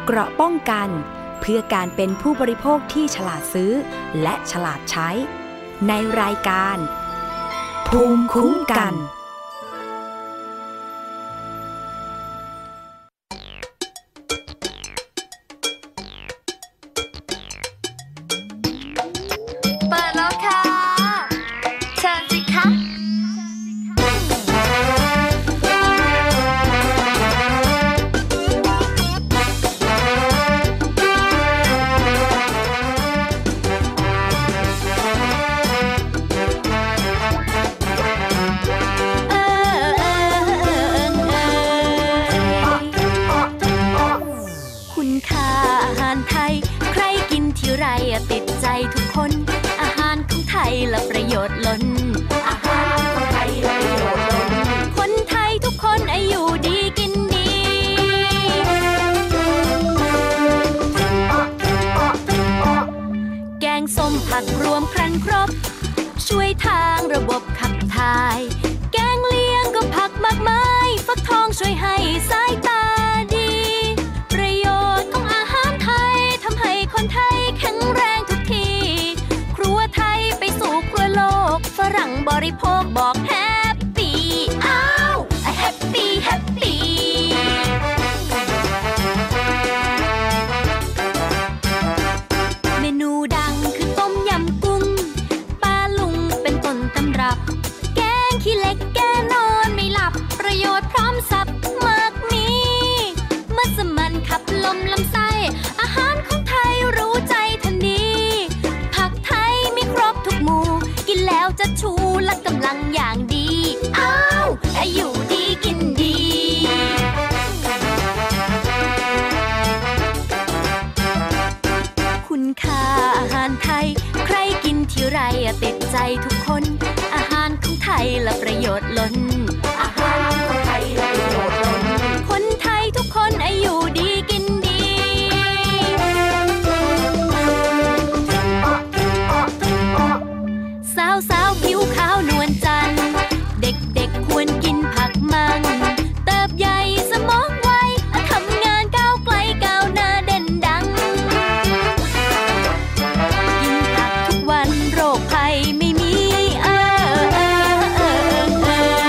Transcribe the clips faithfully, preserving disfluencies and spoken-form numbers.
เกราะป้องกันเพื่อการเป็นผู้บริโภคที่ฉลาดซื้อและฉลาดใช้ในรายการภูมิคุ้มกันเปิดแล้วค่ะเชิญสิคะติดใจทุกคนอาหารของไทยและประโยชน์ล้นอาหารของไทยและประโยชน์ล้นคนไทยทุกคนอายุดีกินดีแกงส้มผักรวมครันครบช่วยทางระบบขับถ่ายแกงเลียงก็ผักมากมายฟักทองช่วยให้สายตาดีประโยชน์ของอาหารไทยทำให้คนไทยแข็งแรงทุกทีครัวไทยไปสู่ครัวโลกฝรั่งบริโภคบอกแฮปปี้อ้าวแฮปปี้แฮปปี้เมนูดังคือต้มยำกุ้งปลาลุงเป็นต้นตำรับแกงขี้เหล็กแกนอนไม่หลับประโยชน์พร้อมสับมากมีมัสมั่นขับลมลำไส้อาหารของไทยรู้ใจทันดีผักไทยมีครบทุกหมู่กินแล้วจะชูและกำลังอย่างดีอ้าวอยู่ดีกินดีคุณค่าอาหารไทยใครกินทีไรติดใจทุกคนอาหารของไทยและประโยชน์ล้นอาหารของไทยและประโยชน์ล้นคนไทยทุกคนอายุดีกินดีสาวสาวผิวขาวนวลจันทร์เด็กเด็กควรกินผักมันเติบใหญ่สมองไวทำงานก้าวไกลก้าวหน้าเด่นดังกินผักทุกวันโรคภัยไม่มีเออเออเออเอ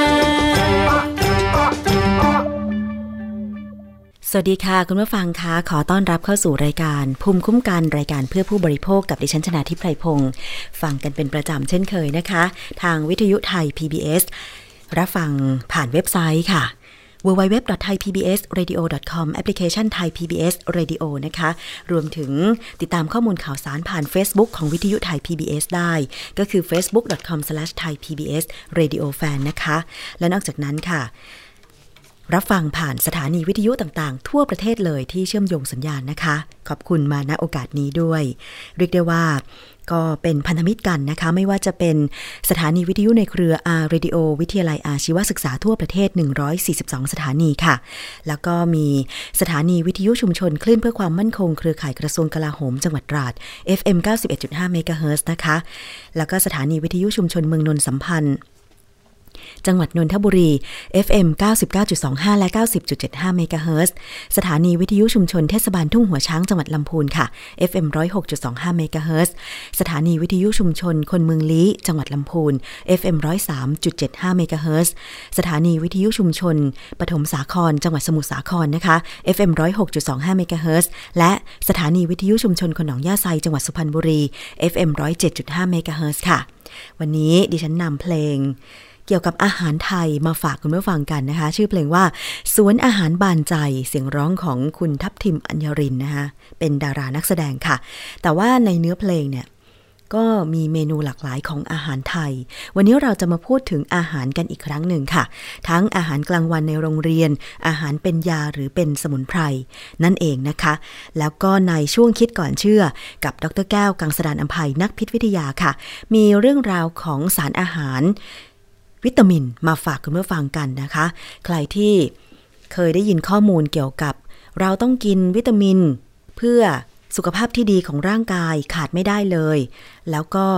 อสวัสดีค่ะคุณผู้ฟังคะขอต้อนรับเข้าสู่รายการภูมิคุ้มกันรายการเพื่อผู้บริโภคกับดิฉันชนาธิปไพพงศ์ฟังกันเป็นประจำเช่นเคยนะคะทางวิทยุไทย พี บี เอส รับฟังผ่านเว็บไซต์ค่ะ ดับเบิลยู ดับเบิลยู ดับเบิลยู ดอท ไทย พี บี เอส เรดิโอ ดอท คอม แอปพลิเคชัน Thai พี บี เอส Radio นะคะรวมถึงติดตามข้อมูลข่าวสารผ่าน Facebook ของวิทยุไทย พี บี เอส ได้ก็คือ เฟซบุ๊ก ดอท คอม สแลช ไทย พี บี เอส เรดิโอ แฟน นะคะและนอกจากนั้นค่ะรับฟังผ่านสถานีวิทยุต่างๆทั่วประเทศเลยที่เชื่อมโยงสัญญาณนะคะขอบคุณมาณโอกาสนี้ด้วยเรียกได้ว่าก็เป็นพันธมิตรกันนะคะไม่ว่าจะเป็นสถานีวิทยุในเครือ R Radio วิทยาลัยอาชีวศึกษาทั่วประเทศหนึ่งร้อยสี่สิบสองสถานีค่ะแล้วก็มีสถานีวิทยุชุมชนคลื่นเพื่อความมั่นคงเครือข่ายกระทรวงกลาโหมจังหวัดตราด เอฟ เอ็ม เก้าสิบเอ็ดจุดห้า เมกะเฮิรตซ์นะคะแล้วก็สถานีวิทยุชุมชนเมืองนนท์สัมพันธ์จังหวัดนนทบุรี เอฟ เอ็ม เก้าสิบเก้าจุดสองห้า และ เก้าสิบจุดเจ็ดห้า เมกะเฮิรตซ์สถานีวิทยุชุมชนเทศบาลทุ่งหัวช้างจังหวัดลำพูนค่ะ เอฟ เอ็ม หนึ่งร้อยหกจุดสองห้า เมกะเฮิรตซ์สถานีวิทยุชุมชนคนเมืองลี้จังหวัดลำพูน เอฟ เอ็ม หนึ่งร้อยสามจุดเจ็ดห้า เมกะเฮิรตซ์สถานีวิทยุชุมชนปฐมสาครจังหวัดสมุทรสาครนะคะ เอฟ เอ็ม หนึ่งร้อยหกจุดสองห้า เมกะเฮิรตซ์และสถานีวิทยุชุมชนคนหนองย่าไซจังหวัดสุพรรณบุรี เอฟ เอ็ม หนึ่งร้อยเจ็ดจุดห้า เมกะเฮิรตซ์ค่ะวันนี้ดิฉันนำเพลงเกี่ยวกับอาหารไทยมาฝากคุณผู้ฟังกันนะคะชื่อเพลงว่าสวนอาหารบานใจเสียงร้องของคุณทัพทิมอัญญรินนะคะเป็นดารานักแสดงค่ะแต่ว่าในเนื้อเพลงเนี่ยก็มีเมนูหลากหลายของอาหารไทยวันนี้เราจะมาพูดถึงอาหารกันอีกครั้งหนึ่งค่ะทั้งอาหารกลางวันในโรงเรียนอาหารเป็นยาหรือเป็นสมุนไพรนั่นเองนะคะแล้วก็ในช่วงคิดก่อนเชื่อกับดร.แก้วกังสดาลอำไพนักพิษวิทยาค่ะมีเรื่องราวของสารอาหารวิตามินมาฝากคุณผู้ฟังกันนะคะใครที่เคยได้ยินข้อมูลเกี่ยวกับเราต้องกินวิตามินเพื่อสุขภาพที่ดีของร่างกายขาดไม่ได้เลยแล้วก็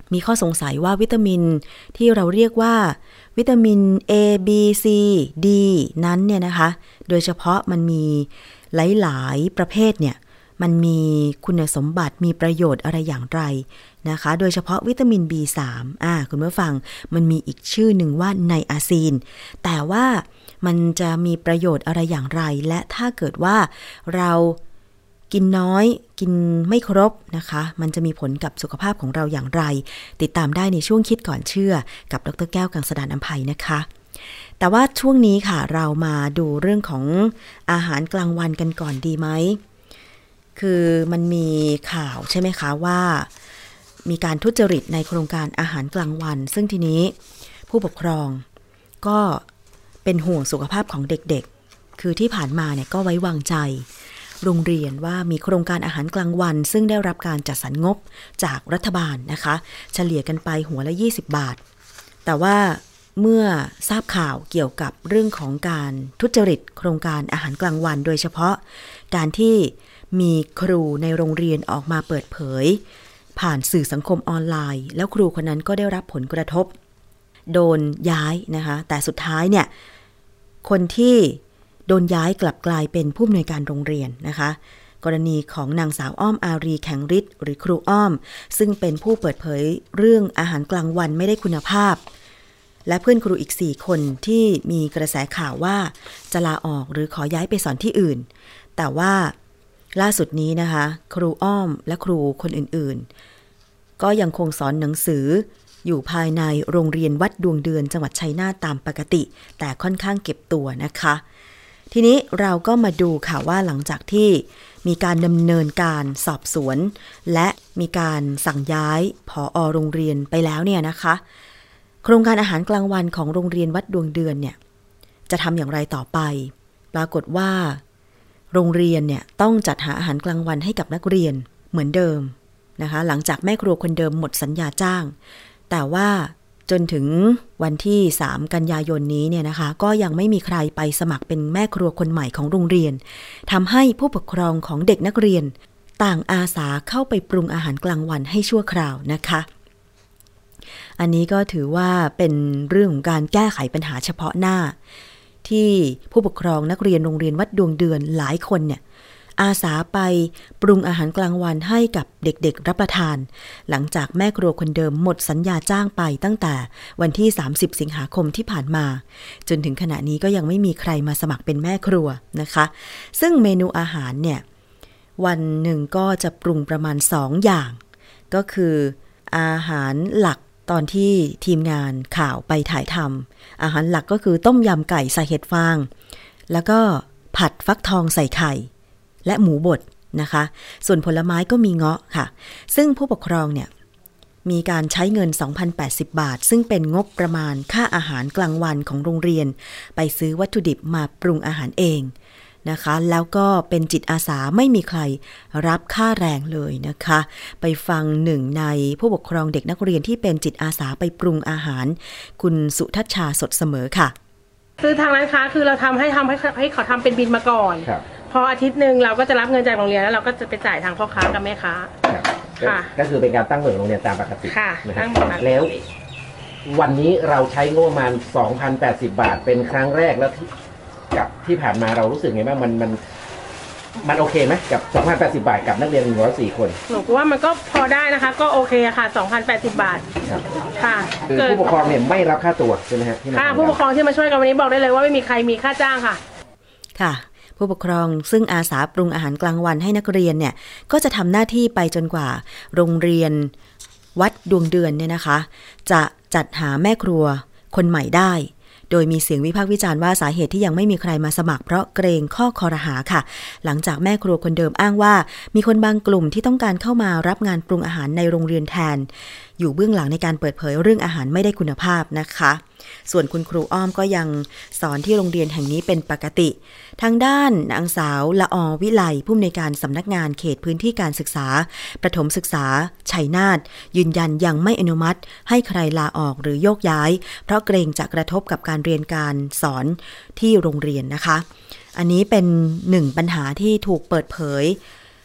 มีข้อสงสัยว่าวิตามินที่เราเรียกว่าวิตามิน A B C D นั้นเนี่ยนะคะโดยเฉพาะมันมีหลายๆประเภทเนี่ยมันมีคุณสมบัติมีประโยชน์อะไรอย่างไรนะคะโดยเฉพาะวิตามิน บี สาม อ่าคุณผู้ฟังมันมีอีกชื่อหนึ่งว่าไนอาซีนแต่ว่ามันจะมีประโยชน์อะไรอย่างไรและถ้าเกิดว่าเรากินน้อยกินไม่ครบนะคะมันจะมีผลกับสุขภาพของเราอย่างไรติดตามได้ในช่วงคิดก่อนเชื่อกับดร.แก้วกังสดาลอำไพนะคะแต่ว่าช่วงนี้ค่ะเรามาดูเรื่องของอาหารกลางวันกันก่อนดีไหมคือมันมีข่าวใช่ไหมคะว่ามีการทุจริตในโครงการอาหารกลางวันซึ่งทีนี้ผู้ปกครองก็เป็นห่วงสุขภาพของเด็กๆคือที่ผ่านมาเนี่ยก็ไว้วางใจโรงเรียนว่ามีโครงการอาหารกลางวันซึ่งได้รับการจัดสรรงบจากรัฐบาลนะคะเฉลี่ยกันไปหัวละยี่สิบบาทแต่ว่าเมื่อทราบข่าวเกี่ยวกับเรื่องของการทุจริตโครงการอาหารกลางวันโดยเฉพาะการที่มีครูในโรงเรียนออกมาเปิดเผยผ่านสื่อสังคมออนไลน์แล้วครูคนนั้นก็ได้รับผลกระทบโดนย้ายนะคะแต่สุดท้ายเนี่ยคนที่โดนย้ายกลับกลายเป็นผู้อำนวยการโรงเรียนนะคะกรณีของนางสาวอ้อมอารีแข็งฤทธิ์หรือครูอ้อมซึ่งเป็นผู้เปิดเผยเรื่องอาหารกลางวันไม่ได้คุณภาพและเพื่อนครูอีกสี่คนที่มีกระแสข่าวว่าจะลาออกหรือขอย้ายไปสอนที่อื่นแต่ว่าล่าสุดนี้นะคะครูอ้อมและครูคนอื่นๆก็ยังคงสอนหนังสืออยู่ภายในโรงเรียนวัดดวงเดือนจังหวัดชัยนาทตามปกติแต่ค่อนข้างเก็บตัวนะคะทีนี้เราก็มาดูค่ะว่าหลังจากที่มีการดำเนินการสอบสวนและมีการสั่งย้ายผอ.โรงเรียนไปแล้วเนี่ยนะคะโครงการอาหารกลางวันของโรงเรียนวัดดวงเดือนเนี่ยจะทำอย่างไรต่อไปปรากฏว่าโรงเรียนเนี่ยต้องจัดหาอาหารกลางวันให้กับนักเรียนเหมือนเดิมนะคะหลังจากแม่ครัวคนเดิมหมดสัญญาจ้างแต่ว่าจนถึงวันที่สามกันยายนนี้เนี่ยนะคะก็ยังไม่มีใครไปสมัครเป็นแม่ครัวคนใหม่ของโรงเรียนทำให้ผู้ปกครองของเด็กนักเรียนต่างอาสาเข้าไปปรุงอาหารกลางวันให้ชั่วคราวนะคะอันนี้ก็ถือว่าเป็นเรื่องของการแก้ไขปัญหาเฉพาะหน้าที่ผู้ปกครองนักเรียนโรงเรียนวัดดวงเดือนหลายคนเนี่ยอาสาไปปรุงอาหารกลางวันให้กับเด็กๆรับประทานหลังจากแม่ครัวคนเดิมหมดสัญญาจ้างไปตั้งแต่วันที่สามสิบสิงหาคมที่ผ่านมาจนถึงขณะนี้ก็ยังไม่มีใครมาสมัครเป็นแม่ครัวนะคะซึ่งเมนูอาหารเนี่ยวันหนึ่งก็จะปรุงประมาณสองอย่างก็คืออาหารหลักตอนที่ทีมงานข่าวไปถ่ายทำอาหารหลักก็คือต้มยำไก่ใส่เห็ดฟางแล้วก็ผัดฟักทองใส่ไข่และหมูบดนะคะส่วนผลไม้ก็มีเงาะค่ะซึ่งผู้ปกครองเนี่ยมีการใช้เงิน สองพันแปดสิบ บาทซึ่งเป็นงบประมาณค่าอาหารกลางวันของโรงเรียนไปซื้อวัตถุดิบมาปรุงอาหารเองนะคะแล้วก็เป็นจิตอาสาไม่มีใครรับค่าแรงเลยนะคะไปฟังหนึ่งในผู้ปกครองเด็กนักเรียนที่เป็นจิตอาสาไปปรุงอาหารคุณสุทัชชาสดเสมอค่ะคือทางร้านค้าคือเราทำให้ทำให้ให้เขาทำเป็นบินมาก่อนพออาทิตย์หนึ่งเราก็จะรับเงินจากโรงเรียนแล้วเราก็จะไปจ่ายทางพ่อค้ากับแม่ค้าค่ะก็คือเป็นการตั้งหน่วยโรงเรียนตามปกติค่ะตั้งแล้ววันนี้เราใช้งบประมาณ สองพันแปดสิบ บาทเป็นครั้งแรกแล้วกับที่ผ่านมาเรารู้สึกไงบ้างมันมันมันโอเคไหมกับ สองพันแปดสิบ บาทกับนักเรียนหนึ่งร้อยสี่คนหนูว่ามันก็พอได้นะคะก็โอเคค่ะ สองพันแปดสิบ บาทค่ะคือผู้ปกครองเนี่ยไม่รับค่าตัวใช่ไหมฮะค่ะผู้ปกครองที่มาช่วยกันวันนี้บอกได้เลยว่าไม่มีใครมีค่าจ้างค่ะค่ะผู้ปกครองซึ่งอาสาปรุงอาหารกลางวันให้นักเรียนเนี่ยก็จะทำหน้าที่ไปจนกว่าโรงเรียนวัดดวงเดือนเนี่ยนะคะจะจัดหาแม่ครัวคนใหม่ได้โดยมีเสียงวิพากษ์วิจารณ์ว่าสาเหตุที่ยังไม่มีใครมาสมัครเพราะเกรงข้อคอรหาค่ะหลังจากแม่ครัวคนเดิมอ้างว่ามีคนบางกลุ่มที่ต้องการเข้ามารับงานปรุงอาหารในโรงเรียนแทนอยู่เบื้องหลังในการเปิดเผยเรื่องอาหารไม่ได้คุณภาพนะคะส่วนคุณครูอ้อมก็ยังสอนที่โรงเรียนแห่งนี้เป็นปกติทางด้านนางสาวละอวิไลผู้อำนวยการสำนักงานเขตพื้นที่การศึกษาประถมศึกษาชัยนาทยืนยันยังไม่อนุมัติให้ใครลาออกหรือโยกย้ายเพราะเกรงจะกระทบกับการเรียนการสอนที่โรงเรียนนะคะอันนี้เป็นหนึ่งปัญหาที่ถูกเปิดเผย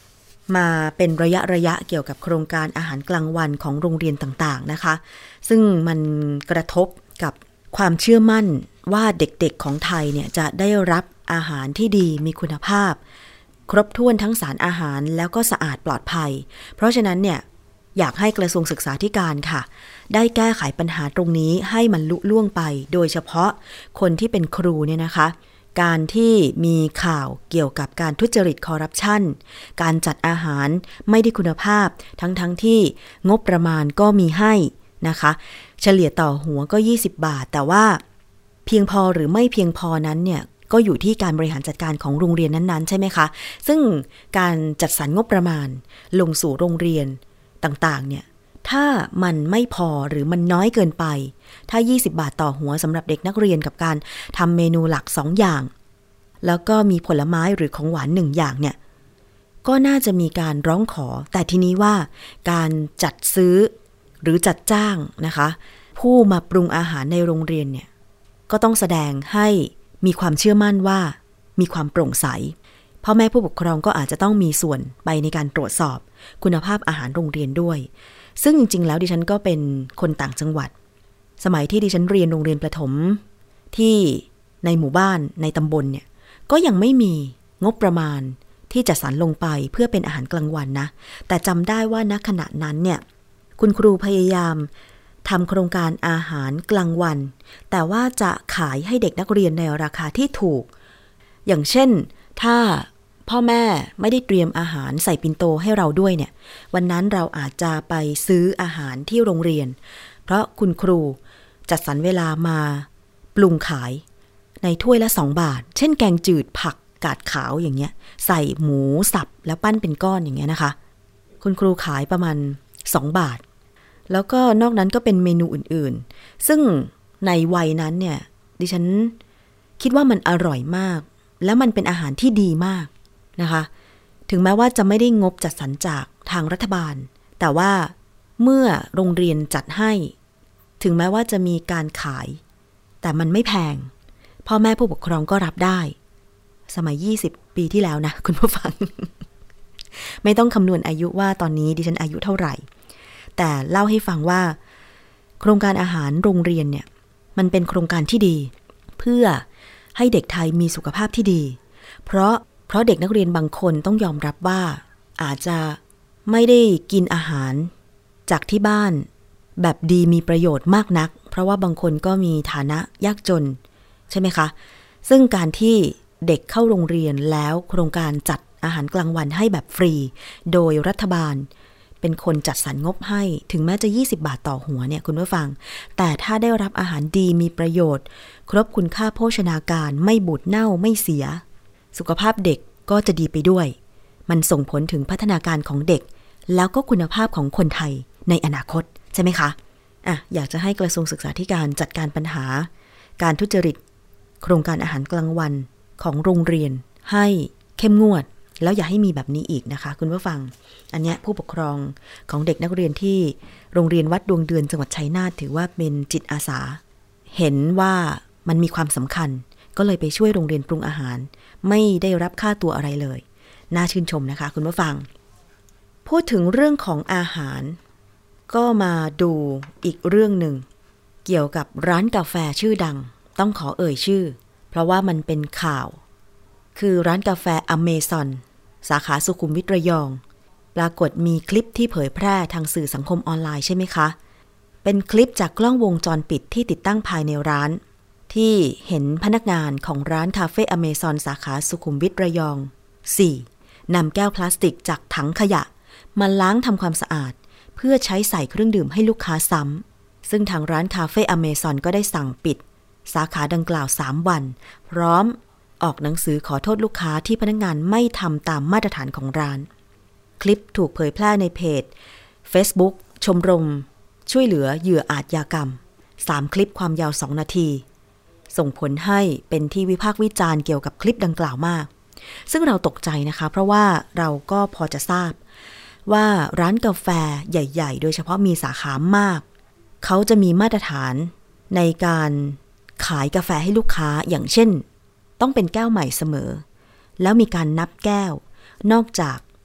มาเป็นระยะระยะเกี่ยวกับโครงการอาหารกลางวันของโรงเรียนต่างๆนะคะซึ่งมันกระทบกับความเชื่อมั่นว่าเด็กๆของไทยเนี่ยจะได้รับอาหารที่ดีมีคุณภาพครบถ้วนทั้งสารอาหารแล้วก็สะอาดปลอดภัยเพราะฉะนั้นเนี่ยอยากให้กระทรวงศึกษาธิการค่ะได้แก้ไขปัญหาตรงนี้ให้มันลุล่วงไปโดยเฉพาะคนที่เป็นครูเนี่ยนะคะการที่มีข่าวเกี่ยวกับการทุจริตคอร์รัปชันการจัดอาหารไม่ได้คุณภาพทั้งๆ ท, ที่งบประมาณก็มีให้นะคะเฉลี่ยต่อหัวก็ยี่สิบบาทแต่ว่าเพียงพอหรือไม่เพียงพอนั้นเนี่ยก็อยู่ที่การบริหารจัดการของโรงเรียนนั้นๆใช่ไหมคะซึ่งการจัดสรรงบประมาณลงสู่โรงเรียนต่างๆเนี่ยถ้ามันไม่พอหรือมันน้อยเกินไปถ้ายี่สิบบาทต่อหัวสำหรับเด็กนักเรียนกับการทำเมนูหลักสองอย่างแล้วก็มีผลไม้หรือของหวานหนึ่งอย่างเนี่ยก็น่าจะมีการร้องขอแต่ทีนี้ว่าการจัดซื้อหรือจัดจ้างนะคะผู้มาปรุงอาหารในโรงเรียนเนี่ยก็ต้องแสดงให้มีความเชื่อมั่นว่ามีความโปร่งใสพ่อแม่ผู้ปกครองก็อาจจะต้องมีส่วนไปในการตรวจสอบคุณภาพอาหารโรงเรียนด้วยซึ่งจริงๆแล้วดิฉันก็เป็นคนต่างจังหวัดสมัยที่ดิฉันเรียนโรงเรียนประถมที่ในหมู่บ้านในตำบลเนี่ยก็ยังไม่มีงบประมาณที่จะสรรลงไปเพื่อเป็นอาหารกลางวันนะแต่จำได้ว่าณขณะนั้นเนี่ยคุณครูพยายามทำโครงการอาหารกลางวันแต่ว่าจะขายให้เด็กนักเรียนในราคาที่ถูกอย่างเช่นถ้าพ่อแม่ไม่ได้เตรียมอาหารใส่ปิ่นโตให้เราด้วยเนี่ยวันนั้นเราอาจจะไปซื้ออาหารที่โรงเรียนเพราะคุณครูจัดสรรเวลามาปรุงขายในถ้วยละสองบาทเช่นแกงจืดผักกาดขาวอย่างเงี้ยใส่หมูสับแล้วปั้นเป็นก้อนอย่างเงี้ยนะคะคุณครูขายประมาณสองบาทแล้วก็นอกนั้นก็เป็นเมนูอื่นๆซึ่งในวัยนั้นเนี่ยดิฉันคิดว่ามันอร่อยมากและมันเป็นอาหารที่ดีมากนะคะถึงแม้ว่าจะไม่ได้งบจัดสรรจากทางรัฐบาลแต่ว่าเมื่อโรงเรียนจัดให้ถึงแม้ว่าจะมีการขายแต่มันไม่แพงพ่อแม่ผู้ปกครองก็รับได้สมัยยี่สิบปีที่แล้วนะคุณผู้ฟัง ไม่ต้องคำนวณอายุว่าตอนนี้ดิฉันอายุเท่าไหร่แต่เล่าให้ฟังว่าโครงการอาหารโรงเรียนเนี่ยมันเป็นโครงการที่ดีเพื่อให้เด็กไทยมีสุขภาพที่ดีเพราะเพราะเด็กนักเรียนบางคนต้องยอมรับว่าอาจจะไม่ได้กินอาหารจากที่บ้านแบบดีมีประโยชน์มากนักเพราะว่าบางคนก็มีฐานะยากจนใช่ไหมคะซึ่งการที่เด็กเข้าโรงเรียนแล้วโครงการจัดอาหารกลางวันให้แบบฟรีโดยรัฐบาลเป็นคนจัดสรรงบให้ถึงแม้จะยี่สิบบาทต่อหัวเนี่ยคุณผู้ฟังแต่ถ้าได้รับอาหารดีมีประโยชน์ครบคุณค่าโภชนาการไม่บูดเน่าไม่เสียสุขภาพเด็กก็จะดีไปด้วยมันส่งผลถึงพัฒนาการของเด็กแล้วก็คุณภาพของคนไทยในอนาคตใช่ไหมคะอ่ะอยากจะให้กระทรวงศึกษาธิการจัดการปัญหาการทุจริตโครงการอาหารกลางวันของโรงเรียนให้เข้มงวดแล้วอย่าให้มีแบบนี้อีกนะคะคุณผู้ฟังอันนี้ผู้ปกครองของเด็กนักเรียนที่โรงเรียนวัดดวงเดือนจังหวัดชัยนาทถือว่าเป็นจิตอาสาเห็นว่ามันมีความสำคัญก็เลยไปช่วยโรงเรียนปรุงอาหารไม่ได้รับค่าตัวอะไรเลยน่าชื่นชมนะคะคุณผู้ฟังพูดถึงเรื่องของอาหารก็มาดูอีกเรื่องหนึ่งเกี่ยวกับร้านกาแฟชื่อดังต้องขอเอ่ยชื่อเพราะว่ามันเป็นข่าวคือร้านกาแฟอเมซอนสาขาสุขุมวิทระยองปรากฏมีคลิปที่เผยแพร่ทางสื่อสังคมออนไลน์ใช่ไหมคะเป็นคลิปจากกล้องวงจรปิดที่ติดตั้งภายในร้านที่เห็นพนักงานของร้านคาเฟ่อเมซอนสาขาสุขุมวิทระยองสี่นำแก้วพลาสติกจากถังขยะมาล้างทำความสะอาดเพื่อใช้ใส่เครื่องดื่มให้ลูกค้าซ้ำซึ่งทางร้านคาเฟ่อเมซอนก็ได้สั่งปิดสาขาดังกล่าวสามวันพร้อมออกหนังสือขอโทษลูกค้าที่พนักงานไม่ทำตามมาตรฐานของร้านคลิปถูกเผยแพร่ในเพจ Facebook ชมรมช่วยเหลือเหยื่ออาชญากรรมสามคลิปความยาวสองนาทีส่งผลให้เป็นที่วิพากษ์วิจารณ์เกี่ยวกับคลิปดังกล่าวมากซึ่งเราตกใจนะคะเพราะว่าเราก็พอจะทราบว่าร้านกาแฟใหญ่ๆโดยเฉพาะมีสาขามากเขาจะมีมาตรฐานในการขายกาแฟให้ลูกค้าอย่างเช่นต้องเป็นแก้วใหม่เสมอแล้วมีการนับแก้วนอกจาก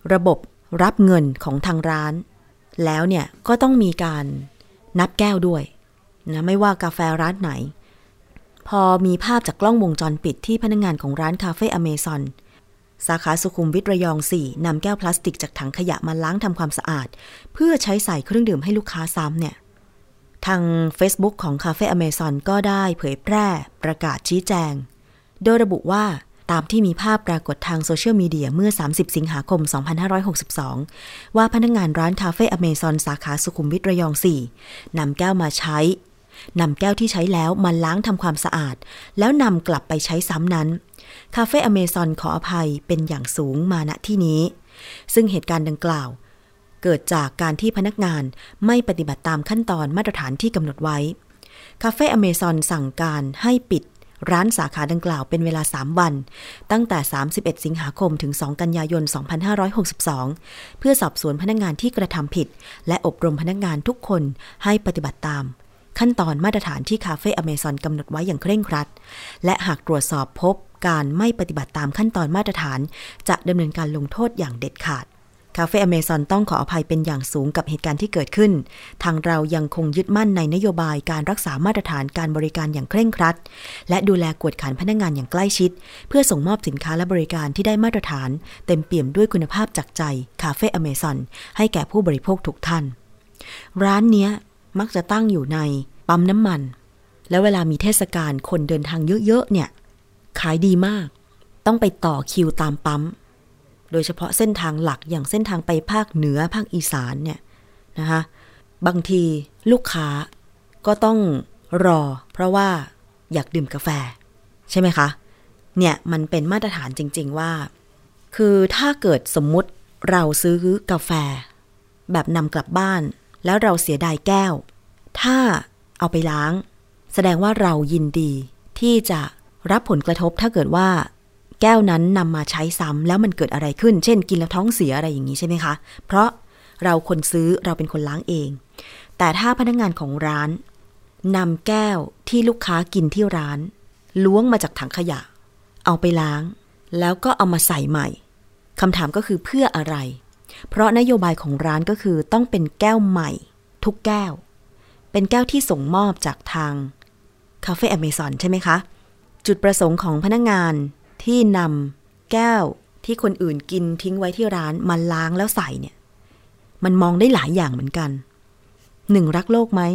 ระบบรับเงินของทางร้านแล้วเนี่ยก็ต้องมีการนับแก้วด้วยนะไม่ว่ากาแฟร้านไหนพอมีภาพจากกล้องวงจรปิดที่พนักงานของร้านคาเฟ่อเมซอนสาขาสุขุมวิทระยองสี่นำแก้วพลาสติกจากถังขยะมาล้างทำความสะอาดเพื่อใช้ใส่เครื่องดื่มให้ลูกค้าซ้ำเนี่ยทาง Facebook ของคาเฟ่อเมซอนก็ได้เผยแพร่ประกาศชี้แจงโดยระบุว่าตามที่มีภาพปรากฏทางโซเชียลมีเดียเมื่อสามสิบสิงหาคมสองพันห้าร้อยหกสิบสองว่าพนักงานร้านคาเฟ่อเมซอนสาขาสุขุมวิทระยองสี่นำแก้วมาใช้นำแก้วที่ใช้แล้วมาล้างทำความสะอาดแล้วนำกลับไปใช้ซ้ำนั้นคาเฟ่อเมซอนขออภัยเป็นอย่างสูงมาณที่นี้ซึ่งเหตุการณ์ดังกล่าวเกิดจากการที่พนักงานไม่ปฏิบัติตามขั้นตอนมาตรฐานที่กำหนดไว้คาเฟ่อเมซอนสั่งการให้ปิดร้านสาขาดังกล่าวเป็นเวลาสามวันตั้งแต่สามสิบเอ็ดสิงหาคมถึงสองกันยายนสองพันห้าร้อยหกสิบสองเพื่อสอบสวนพนักงานที่กระทำผิดและอบรมพนักงานทุกคนให้ปฏิบัติตามขั้นตอนมาตรฐานที่คาเฟ่อเมซอนกำหนดไว้อย่างเคร่งครัดและหากตรวจสอบพบการไม่ปฏิบัติตามขั้นตอนมาตรฐานจะดำเนินการลงโทษอย่างเด็ดขาดคาเฟ่อเมซอนต้องขออภัยเป็นอย่างสูงกับเหตุการณ์ที่เกิดขึ้นทางเรายังคงยึดมั่นในนโยบายการรักษามาตรฐานการบริการอย่างเคร่งครัดและดูแลกวดขันพนักงานอย่างใกล้ชิดเพื่อส่งมอบสินค้าและบริการที่ได้มาตรฐานเต็มเปี่ยมด้วยคุณภาพจากใจคาเฟ่อเมซอนให้แก่ผู้บริโภคทุกท่านร้านเนี้ยมักจะตั้งอยู่ในปั๊มน้ำมันแล้วเวลามีเทศกาลคนเดินทางเยอะๆเนี่ยขายดีมากต้องไปต่อคิวตามปั๊มโดยเฉพาะเส้นทางหลักอย่างเส้นทางไปภาคเหนือภาคอีสานเนี่ยนะคะบางทีลูกค้าก็ต้องรอเพราะว่าอยากดื่มกาแฟใช่ไหมคะเนี่ยมันเป็นมาตรฐานจริงๆว่าคือถ้าเกิดสมมุติเราซื้อกาแฟแบบนำกลับบ้านแล้วเราเสียดายแก้วถ้าเอาไปล้างแสดงว่าเรายินดีที่จะรับผลกระทบถ้าเกิดว่าแก้วนั้นนำมาใช้ซ้ำแล้วมันเกิดอะไรขึ้นเช่นกินแล้วท้องเสียอะไรอย่างนี้ใช่ไหมคะเพราะเราคนซื้อเราเป็นคนล้างเองแต่ถ้าพนักงานของร้านนำแก้วที่ลูกค้ากินที่ร้านล้วงมาจากถังขยะเอาไปล้างแล้วก็เอามาใส่ใหม่คำถามก็คือเพื่ออะไรเพราะนโยบายของร้านก็คือต้องเป็นแก้วใหม่ทุกแก้วเป็นแก้วที่ส่งมอบจากทางคาเฟ่อเมซอนใช่ไหมคะจุดประสงค์ของพนักงานที่นำแก้วที่คนอื่นกินทิ้งไว้ที่ร้านมาล้างแล้วใส่เนี่ยมันมองได้หลายอย่างเหมือนกันหนึ่งรักโลกไหม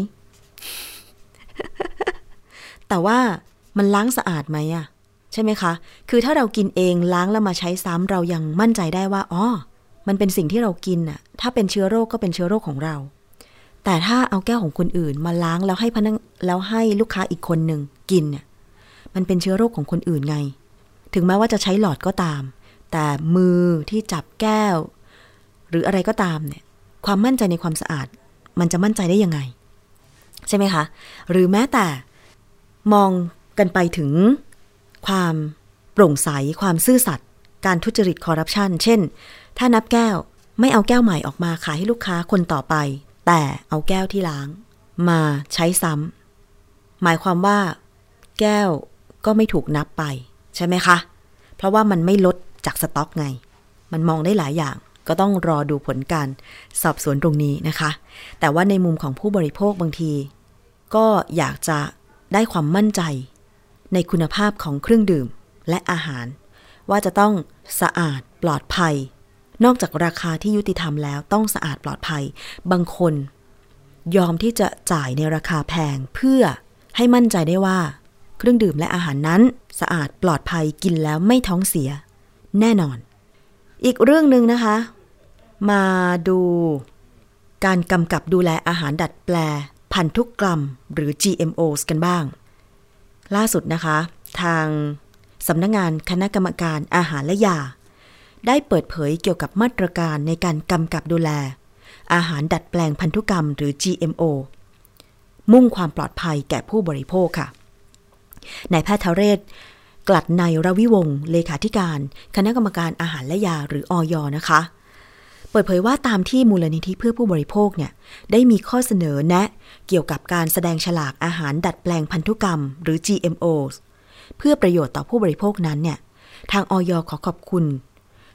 แต่ว่ามันล้างสะอาดไหมอะใช่ไหมคะคือถ้าเรากินเองล้างแล้วมาใช้ซ้ำเรายังมั่นใจได้ว่าอ๋อมันเป็นสิ่งที่เรากินน่ะถ้าเป็นเชื้อโรคก็เป็นเชื้อโรคของเราแต่ถ้าเอาแก้วของคนอื่นมาล้างแล้วให้พนักแล้วให้ลูกค้าอีกคนหนึ่งกินเนี่ยมันเป็นเชื้อโรคของคนอื่นไงถึงแม้ว่าจะใช้หลอดก็ตามแต่มือที่จับแก้วหรืออะไรก็ตามเนี่ยความมั่นใจในความสะอาดมันจะมั่นใจได้ยังไงใช่ไหมคะหรือแม้แต่มองกันไปถึงความโปร่งใสความซื่อสัตย์การทุจริตคอร์รัปชันเช่นถ้านับแก้วไม่เอาแก้วใหม่ออกมาขายให้ลูกค้าคนต่อไปแต่เอาแก้วที่ล้างมาใช้ซ้ำหมายความว่าแก้วก็ไม่ถูกนับไปใช่ไหมคะเพราะว่ามันไม่ลดจากสต็อกไงมันมองได้หลายอย่างก็ต้องรอดูผลการสอบสวนตรงนี้นะคะแต่ว่าในมุมของผู้บริโภคบางทีก็อยากจะได้ความมั่นใจในคุณภาพของเครื่องดื่มและอาหารว่าจะต้องสะอาดปลอดภัยนอกจากราคาที่ยุติธรรมแล้วต้องสะอาดปลอดภัยบางคนยอมที่จะจ่ายในราคาแพงเพื่อให้มั่นใจได้ว่าเครื่องดื่มและอาหารนั้นสะอาดปลอดภัยกินแล้วไม่ท้องเสียแน่นอนอีกเรื่องนึงนะคะมาดูการกำกับดูแลอาหารดัดแปลพันธุกรรมหรือ จี เอ็ม โอ กันบ้างล่าสุดนะคะทางสำนักงานคณะกรรมการอาหารและยาได้เปิดเผยเกี่ยวกับมาตรการในการกำกับดูแลอาหารดัดแปลงพันธุกรรมหรือ จี เอ็ม โอ มุ่งความปลอดภัยแก่ผู้บริโภคค่ะนายแพทย์ทเรศกลัดในรวิวงศ์เลขาธิการคณะกรรมการอาหารและยาหรืออย.นะคะเปิดเผยว่าตามที่มูลนิธิเพื่อผู้บริโภคเนี่ยได้มีข้อเสนอแนะเกี่ยวกับการแสดงฉลากอาหารดัดแปลงพันธุกรรมหรือ จี เอ็ม โอ เพื่อประโยชน์ต่อผู้บริโภคนั้นเนี่ยทางอย.ขอขอบคุณ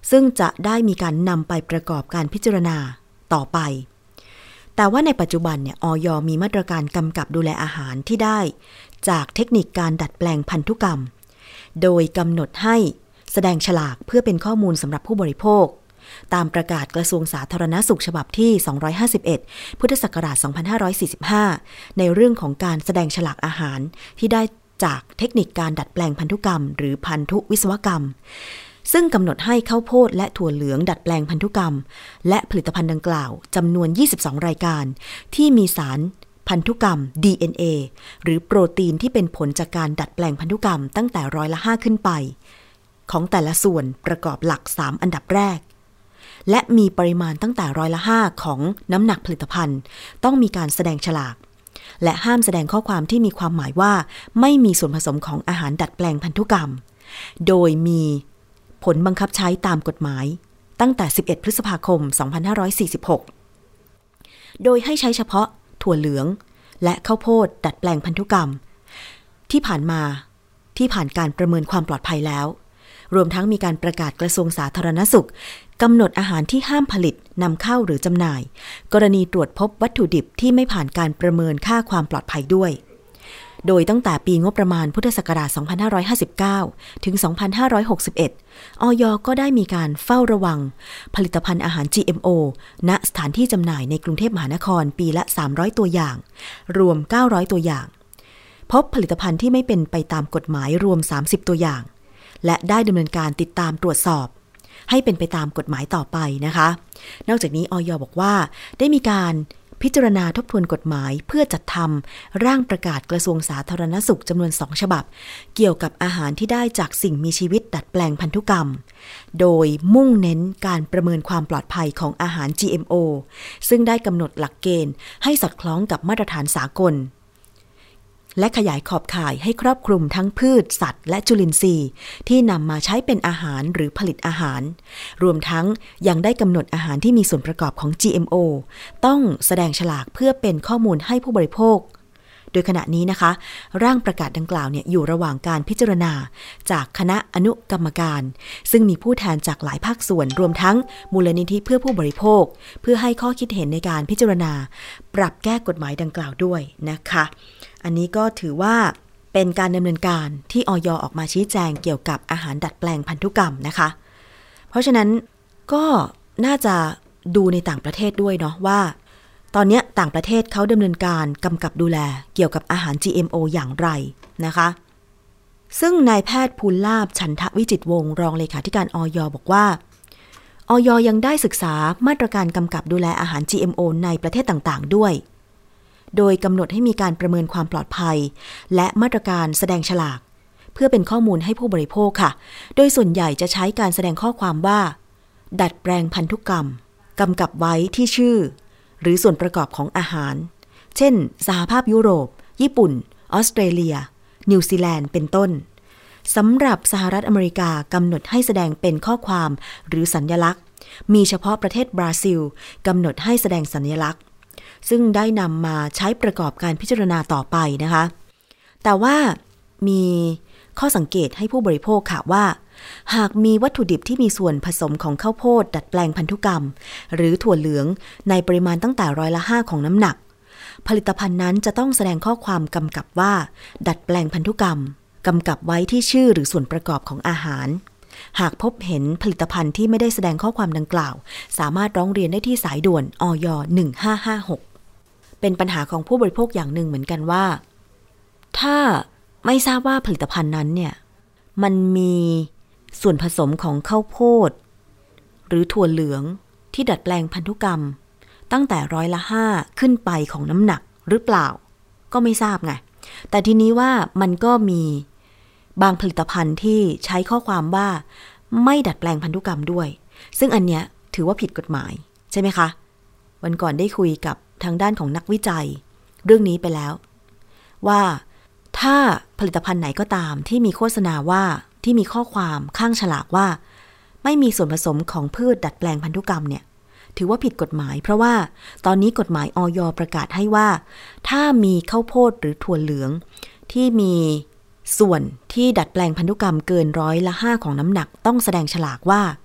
ซึ่งจะได้มีการนำไปประกอบการพิจารณาต่อไปแต่ว่าในปัจจุบันเนี่ย อย.มีมาตรการกำกับดูแลอาหารที่ได้จากเทคนิคการดัดแปลงพันธุกรรมโดยกำหนดให้แสดงฉลากเพื่อเป็นข้อมูลสำหรับผู้บริโภคตามประกาศกระทรวงสาธารณสุขฉบับที่สองร้อยห้าสิบเอ็ดพุทธศักราชสองพันห้าร้อยสี่สิบห้าในเรื่องของการแสดงฉลากอาหารที่ได้จากเทคนิคการดัดแปลงพันธุกรรมหรือพันธุวิศวกรรมซึ่งกำหนดให้ข้าวโพดและถั่วเหลืองดัดแปลงพันธุกรรมและผลิตภัณฑ์ดังกล่าวจำนวนยี่สิบสองรายการที่มีสารพันธุกรรม ดี เอ็น เอ หรือโปรตีนที่เป็นผลจากการดัดแปลงพันธุกรรมตั้งแต่ร้อยละห้าขึ้นไปของแต่ละส่วนประกอบหลักสามอันดับแรกและมีปริมาณตั้งแต่ร้อยละห้าของน้ำหนักผลิตภัณฑ์ต้องมีการแสดงฉลากและห้ามแสดงข้อความที่มีความหมายว่าไม่มีส่วนผสมของอาหารดัดแปลงพันธุกรรมโดยมีผลบังคับใช้ตามกฎหมายตั้งแต่สิบเอ็ดพฤษภาคมสองพันห้าร้อยสี่สิบหกโดยให้ใช้เฉพาะถั่วเหลืองและข้าวโพดดัดแปลงพันธุกรรมที่ผ่านมาที่ผ่านการประเมินความปลอดภัยแล้วรวมทั้งมีการประกาศกระทรวงสาธารณสุขกำหนดอาหารที่ห้ามผลิตนำเข้าหรือจำหน่ายกรณีตรวจพบวัตถุดิบที่ไม่ผ่านการประเมินค่าความปลอดภัยด้วยโดยตั้งแต่ปีงบประมาณพุทธศักราชสองพันห้าร้อยห้าสิบเก้าถึงสองพันห้าร้อยหกสิบเอ็ด อย.ก็ได้มีการเฝ้าระวังผลิตภัณฑ์อาหาร จี เอ็ม โอ ณสถานที่จำหน่ายในกรุงเทพมหานครปีละสามร้อยตัวอย่างรวมเก้าร้อยตัวอย่างพบผลิตภัณฑ์ที่ไม่เป็นไปตามกฎหมายรวมสามสิบตัวอย่างและได้ดำเนินการติดตามตรวจสอบให้เป็นไปตามกฎหมายต่อไปนะคะนอกจากนี้ อย.บอกว่าได้มีการพิจารณาทบทวนกฎหมายเพื่อจัดทำร่างประกาศกระทรวงสาธารณสุขจำนวนสองฉบับเกี่ยวกับอาหารที่ได้จากสิ่งมีชีวิตดัดแปลงพันธุกรรมโดยมุ่งเน้นการประเมินความปลอดภัยของอาหาร จี เอ็ม โอ ซึ่งได้กำหนดหลักเกณฑ์ให้สอดคล้องกับมาตรฐานสากลและขยายขอบข่ายให้ครอบคลุมทั้งพืชสัตว์และจุลินทรีย์ที่นำมาใช้เป็นอาหารหรือผลิตอาหารรวมทั้งยังได้กำหนดอาหารที่มีส่วนประกอบของ จี เอ็ม โอ ต้องแสดงฉลากเพื่อเป็นข้อมูลให้ผู้บริโภคโดยขณะนี้นะคะร่างประกาศดังกล่าวเนี่ยอยู่ระหว่างการพิจารณาจากคณะอนุกรรมการซึ่งมีผู้แทนจากหลายภาคส่วนรวมทั้งมูลนิธิเพื่อผู้บริโภคเพื่อให้ข้อคิดเห็นในการพิจารณาปรับแก้กฎหมายดังกล่าวด้วยนะคะอันนี้ก็ถือว่าเป็นการดำเนินการที่ อย.ออกมาชี้แจงเกี่ยวกับอาหารดัดแปลงพันธุกรรมนะคะเพราะฉะนั้นก็น่าจะดูในต่างประเทศด้วยเนาะว่าตอนนี้ต่างประเทศเขาดำเนินการกำกับดูแลเกี่ยวกับอาหาร จี เอ็ม โอ อย่างไรนะคะซึ่งนายแพทย์ภูลลาภฉันทวิจิตรวงศ์รองเลขาธิการ อย.บอกว่า อย.ยังได้ศึกษามาตรการกำกับดูแลอาหาร จี เอ็ม โอ ในประเทศต่างๆด้วยโดยกำหนดให้มีการประเมินความปลอดภัยและมาตรการแสดงฉลากเพื่อเป็นข้อมูลให้ผู้บริโภคค่ะโดยส่วนใหญ่จะใช้การแสดงข้อความว่าดัดแปลงพันธุกรรมกำกับไว้ที่ชื่อหรือส่วนประกอบของอาหารเช่นสหภาพยุโรปญี่ปุ่นออสเตรเลียนิวซีแลนด์เป็นต้นสำหรับสหรัฐอเมริกากำหนดให้แสดงเป็นข้อความหรือสัญลักษณ์มีเฉพาะประเทศบราซิลกำหนดให้แสดงสัญลักษณ์ซึ่งได้นำมาใช้ประกอบการพิจารณาต่อไปนะคะแต่ว่ามีข้อสังเกตให้ผู้บริโภคค่ะว่าหากมีวัตถุดิบที่มีส่วนผสมของข้าวโพดดัดแปลงพันธุกรรมหรือถั่วเหลืองในปริมาณตั้งแต่ร้อยละห้าของน้ำหนักผลิตภัณฑ์นั้นจะต้องแสดงข้อความกำกับว่าดัดแปลงพันธุกรรมกำกับไว้ที่ชื่อหรือส่วนประกอบของอาหารหากพบเห็นผลิตภัณฑ์ที่ไม่ได้แสดงข้อความดังกล่าวสามารถร้องเรียนได้ที่สายด่วน อย. หนึ่งห้าห้าหกเป็นปัญหาของผู้บริโภคอย่างหนึ่งเหมือนกันว่าถ้าไม่ทราบว่าผลิตภัณฑ์นั้นเนี่ยมันมีส่วนผสมของข้าวโพดหรือถั่วเหลืองที่ดัดแปลงพันธุกรรมตั้งแต่ร้อยละห้าขึ้นไปของน้ำหนักหรือเปล่าก็ไม่ทราบไงแต่ทีนี้ว่ามันก็มีบางผลิตภัณฑ์ที่ใช้ข้อความว่าไม่ดัดแปลงพันธุกรรมด้วยซึ่งอันเนี้ยถือว่าผิดกฎหมายใช่ไหมคะวันก่อนได้คุยกับทางด้านของนักวิจัยเรื่องนี้ไปแล้วว่าถ้าผลิตภัณฑ์ไหนก็ตามที่มีโฆษณาว่าที่มีข้อความข้างฉลากว่าไม่มีส่วนผสมของพืชดัดแปลงพันธุกรรมเนี่ยถือว่าผิดกฎหมายเพราะว่าตอนนี้กฎหมาย อย.ประกาศให้ว่าถ้ามีข้าวโพดหรือถั่วเหลืองที่มีส่วนที่ดัดแปลงพันธุกรรมเกินร้อยละห้าของน้ำหนักต้องแสดงฉลากว่า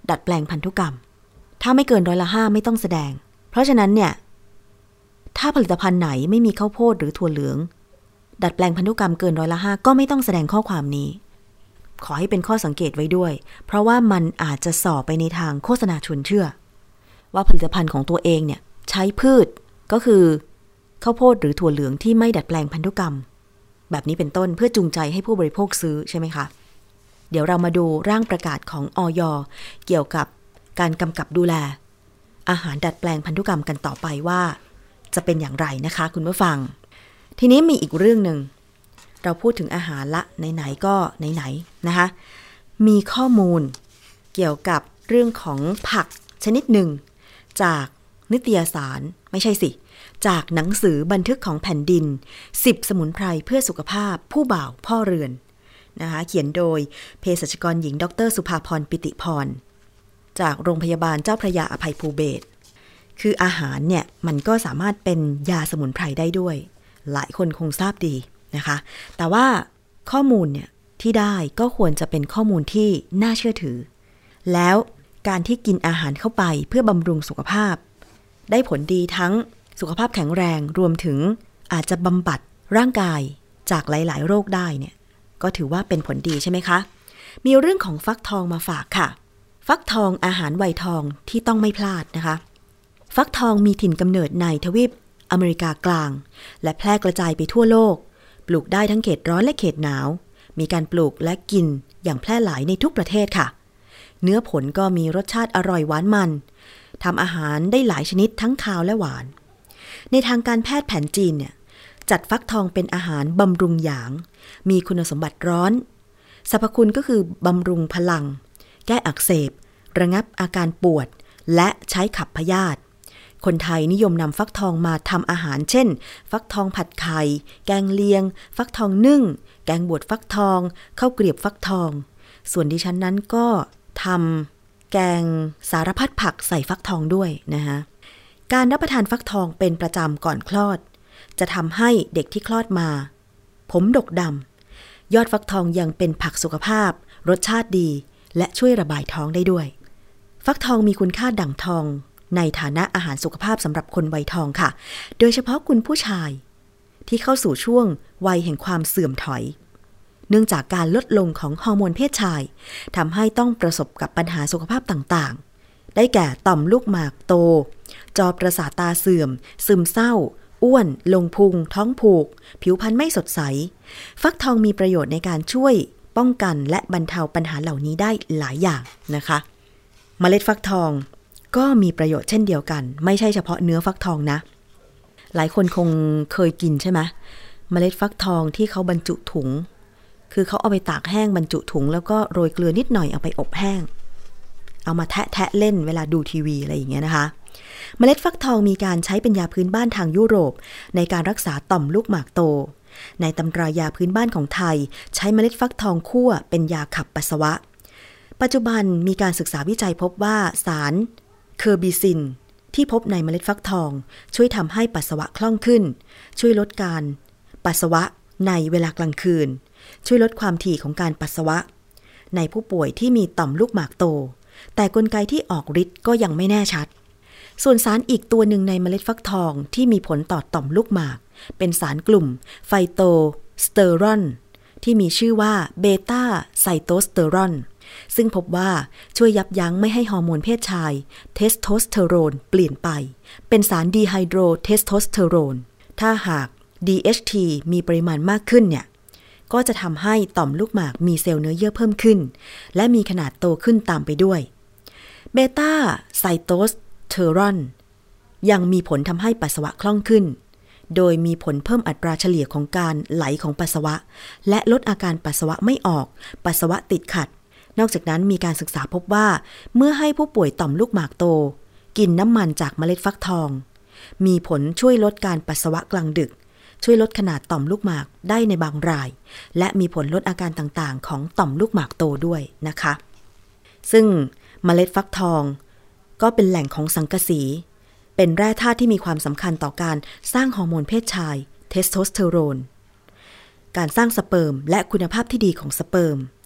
ดัดแปลงพันธุกรรมถ้าไม่เกินร้อยละห้าไม่ต้องแสดงเพราะฉะนั้นเนี่ยถ้าผลิตภัณฑ์ไหนไม่มีข้าวโพดหรือถั่วเหลืองดัดแปลงพันธุกรรมเกินร้อยละห้าก็ไม่ต้องแสดงข้อความนี้ขอให้เป็นข้อสังเกตไว้ด้วยเพราะว่ามันอาจจะส่อไปในทางโฆษณาชวนเชื่อว่าผลิตภัณฑ์ของตัวเองเนี่ยใช้พืชก็คือข้าวโพดหรือถั่วเหลืองที่ไม่ดัดแปลงพันธุกรรมแบบนี้เป็นต้นเพื่อจูงใจให้ผู้บริโภคซื้อใช่ไหมคะเดี๋ยวเรามาดูร่างประกาศของอย.เกี่ยวกับการกำกับดูแลอาหารดัดแปลงพันธุกรรมกันต่อไปว่าจะเป็นอย่างไรนะคะคุณผู้ฟังทีนี้มีอีกเรื่องหนึ่งเราพูดถึงอาหารละไหนๆก็ไหนๆนะคะมีข้อมูลเกี่ยวกับเรื่องของผักชนิดหนึ่งจากนิตยสารไม่ใช่สิจากหนังสือบันทึกของแผ่นดินสิบสมุนไพรเพื่อสุขภาพผู้บ่าวพ่อเรือนนะคะเขียนโดยเภสัชกรหญิงดร.สุภาพรปิติพรจากโรงพยาบาลเจ้าพระยาอภัยภูเบศรคืออาหารเนี่ยมันก็สามารถเป็นยาสมุนไพรได้ด้วยหลายคนคงทราบดีนะคะแต่ว่าข้อมูลเนี่ยที่ได้ก็ควรจะเป็นข้อมูลที่น่าเชื่อถือแล้วการที่กินอาหารเข้าไปเพื่อบำรุงสุขภาพได้ผลดีทั้งสุขภาพแข็งแรงรวมถึงอาจจะบำบัดร่างกายจากหลายๆโรคได้เนี่ยก็ถือว่าเป็นผลดีใช่ไหมคะมีเรื่องของฟักทองมาฝากค่ะฟักทองอาหารวัยทองที่ต้องไม่พลาดนะคะฟักทองมีถิ่นกำเนิดในทวีปอเมริกากลางและแพร่กระจายไปทั่วโลกปลูกได้ทั้งเขตร้อนและเขตหนาวมีการปลูกและกินอย่างแพร่หลายในทุกประเทศค่ะเนื้อผลก็มีรสชาติอร่อยหวานมันทำอาหารได้หลายชนิดทั้งคาวและหวานในทางการแพทย์แผนจีนเนี่ยจัดฟักทองเป็นอาหารบำรุงหยางมีคุณสมบัติร้อนสรรพคุณก็คือบำรุงพลังแก้อักเสบระงับอาการปวดและใช้ขับพยาธิคนไทยนิยมนำฟักทองมาทำอาหารเช่นฟักทองผัดไข่แกงเลียงฟักทองนึ่งแกงบวชฟักทองข้าวเกรียบฟักทองส่วนดิฉันนั้นก็ทำแกงสารพัดผักใส่ฟักทองด้วยนะคะการรับประทานฟักทองเป็นประจำก่อนคลอดจะทำให้เด็กที่คลอดมาผมดกดำยอดฟักทองยังเป็นผักสุขภาพรสชาติดีและช่วยระบายท้องได้ด้วยฟักทองมีคุณค่าดั่งทองในฐานะอาหารสุขภาพสำหรับคนวัยทองค่ะโดยเฉพาะคุณผู้ชายที่เข้าสู่ช่วงวัยแห่งความเสื่อมถอยเนื่องจากการลดลงของฮอร์โมนเพศชายทำให้ต้องประสบกับปัญหาสุขภาพต่างๆได้แก่ต่อมลูกหมากโตจอประสาทตาเสื่อมซึมเศร้าอ้วนลงพุงท้องผูกผิวพรรณไม่สดใสฟักทองมีประโยชน์ในการช่วยป้องกันและบรรเทาปัญหาเหล่านี้ได้หลายอย่างนะคะเมล็ดฟักทองก็มีประโยชน์เช่นเดียวกันไม่ใช่เฉพาะเนื้อฟักทองนะหลายคนคงเคยกินใช่ไหมเมล็ดฟักทองที่เขาบรรจุถุงคือเขาเอาไปตากแห้งบรรจุถุงแล้วก็โรยเกลือนิดหน่อยเอาไปอบแห้งเอามาแทะแทะเล่นเวลาดูทีวีอะไรอย่างเงี้ยนะคะเมล็ดฟักทองมีการใช้เป็นยาพื้นบ้านทางยุโรปในการรักษาต่อมลูกหมากโตในตำรายาพื้นบ้านของไทยใช้เมล็ดฟักทองคั่วเป็นยาขับปัสสาวะปัจจุบันมีการศึกษาวิจัยพบว่าสารเคอร์บิซินที่พบในเมล็ดฟักทองช่วยทำให้ปัสสาวะคล่องขึ้นช่วยลดการปัสสาวะในเวลากลางคืนช่วยลดความถี่ของการปัสสาวะในผู้ป่วยที่มีต่อมลูกหมากโตแต่กลไกที่ออกฤทธิ์ก็ยังไม่แน่ชัดส่วนสารอีกตัวหนึ่งในเมล็ดฟักทองที่มีผลต่อต่อมลูกหมากเป็นสารกลุ่มไฟโตสเตอรอนที่มีชื่อว่าเบต้าไซโตสเตอรอนซึ่งพบว่าช่วยยับยั้งไม่ให้ฮอร์โมนเพศชายเทสโทสเตอโรนเปลี่ยนไปเป็นสารดีไฮโดรเทสโทสเตอโรนถ้าหาก ดี เอช ที มีปริมาณมากขึ้นเนี่ยก็จะทำให้ต่อมลูกหมากมีเซลล์เนื้อเยื่อเพิ่มขึ้นและมีขนาดโตขึ้นตามไปด้วยเบต้าไซโตสเตอรอนยังมีผลทำให้ปัสสาวะคล่องขึ้นโดยมีผลเพิ่มอัตราเฉลี่ยของการไหลของปัสสาวะและลดอาการปัสสาวะไม่ออกปัสสาวะติดขัดนอกจากนั้นมีการศึกษาพบว่าเมื่อให้ผู้ป่วยต่อมลูกหมากโตกินน้ำมันจากเมล็ดฟักทองมีผลช่วยลดการปัสสาวะกลางดึกช่วยลดขนาดต่อมลูกหมากได้ในบางรายและมีผลลดอาการต่างๆของต่อมลูกหมากโตด้วยนะคะซึ่งเมล็ดฟักทองก็เป็นแหล่งของสังกะสีเป็นแร่ธาตุที่มีความสำคัญต่อการสร้างฮอร์โมนเพศชายเทสโทสเตอโรนการสร้างสเปิร์มและคุณภาพที่ดีของสเปิร์ม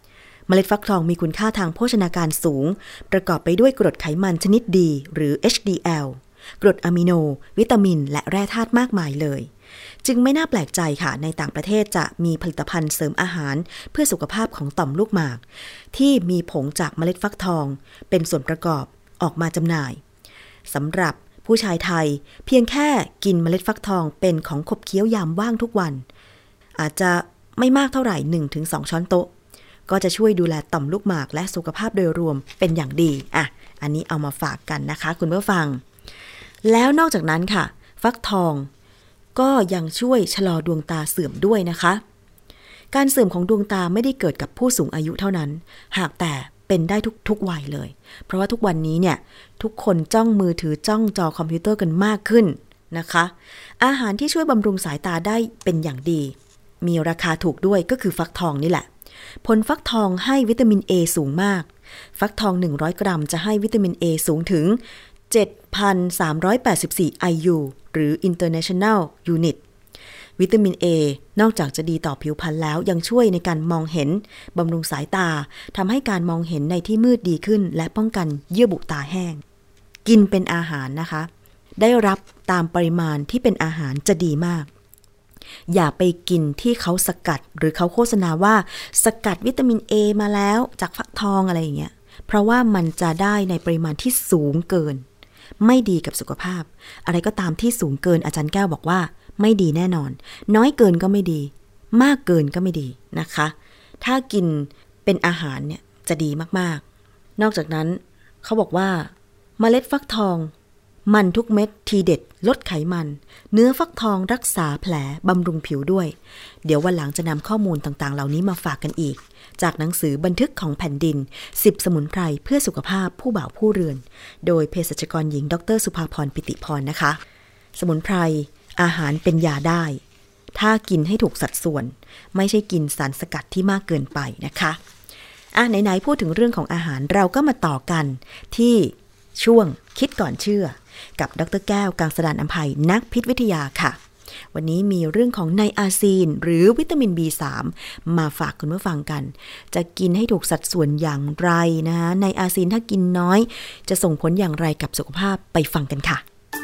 เมล็ดฟักทองมีคุณค่าทางโภชนาการสูงประกอบไปด้วยกรดไขมันชนิดดีหรือ เอช ดี แอล กรดอะมิโนวิตามินและแร่ธาตุมากมายเลยจึงไม่น่าแปลกใจค่ะในต่างประเทศจะมีผลิตภัณฑ์เสริมอาหารเพื่อสุขภาพของต่อมลูกหมากที่มีผงจากเมล็ดฟักทองเป็นส่วนประกอบออกมาจำหน่ายสำหรับผู้ชายไทยเพียงแค่กินเมล็ดฟักทองเป็นของขบเคี้ยวยามว่างทุกวันอาจจะไม่มากเท่าไหร่ หนึ่งถึงสอง ช้อนโต๊ะก็จะช่วยดูแลต่อมลูกหมากและสุขภาพโดยรวมเป็นอย่างดีอ่ะอันนี้เอามาฝากกันนะคะคุณผู้ฟังแล้วนอกจากนั้นค่ะฟักทองก็ยังช่วยชะลอดวงตาเสื่อมด้วยนะคะการเสื่อมของดวงตาไม่ได้เกิดกับผู้สูงอายุเท่านั้นหากแต่เป็นได้ทุกทุกวัยเลยเพราะว่าทุกวันนี้เนี่ยทุกคนจ้องมือถือจ้องจอคอมพิวเตอร์กันมากขึ้นนะคะอาหารที่ช่วยบำรุงสายตาได้เป็นอย่างดีมีราคาถูกด้วยก็คือฟักทองนี่แหละผลฟักทองให้วิตามิน A สูงมากฟักทองหนึ่งร้อยกรัมจะให้วิตามิน A สูงถึง เจ็ดพันสามร้อยแปดสิบสี่ ไอ ยู หรือ International Unit วิตามิน A นอกจากจะดีต่อผิวพรรณแล้วยังช่วยในการมองเห็นบำรุงสายตาทำให้การมองเห็นในที่มืดดีขึ้นและป้องกันเยื่อบุตาแห้งกินเป็นอาหารนะคะได้รับตามปริมาณที่เป็นอาหารจะดีมากอย่าไปกินที่เขาสกัดหรือเขาโฆษณาว่าสกัดวิตามิน A มาแล้วจากฟักทองอะไรอย่างเงี้ยเพราะว่ามันจะได้ในปริมาณที่สูงเกินไม่ดีกับสุขภาพอะไรก็ตามที่สูงเกินอาจารย์แก้วบอกว่าไม่ดีแน่นอนน้อยเกินก็ไม่ดีมากเกินก็ไม่ดีนะคะถ้ากินเป็นอาหารเนี่ยจะดีมากๆนอกจากนั้นเขาบอกว่าเมล็ดฟักทองมันทุกเม็ดทีเด็ดลดไขมันเนื้อฟักทองรักษาแผลบำรุงผิวด้วยเดี๋ยววันหลังจะนำข้อมูลต่างๆเหล่านี้มาฝากกันอีกจากหนังสือบันทึกของแผ่นดินสิบสมุนไพรเพื่อสุขภาพผู้บ่าวผู้เรือนโดยเภสัชกรหญิงดรสุภาพรปิติพรนะคะสมุนไพรอาหารเป็นยาได้ถ้ากินให้ถูกสัดส่วนไม่ใช่กินสารสกัดที่มากเกินไปนะคะอ่ะไหนๆพูดถึงเรื่องของอาหารเราก็มาต่อกันที่ช่วงคิดก่อนเชื่อกับดร.แก้วกังสดาลอำไพนักพิษวิทยาค่ะวันนี้มีเรื่องของไนอาซีนหรือวิตามิน บี สาม มาฝากคุณผู้ฟังกันจะกินให้ถูกสัดส่วนอย่างไรนะคะไนอาซีนถ้ากินน้อยจะส่งผลอย่างไรกับสุขภาพไปฟังกันค่ะ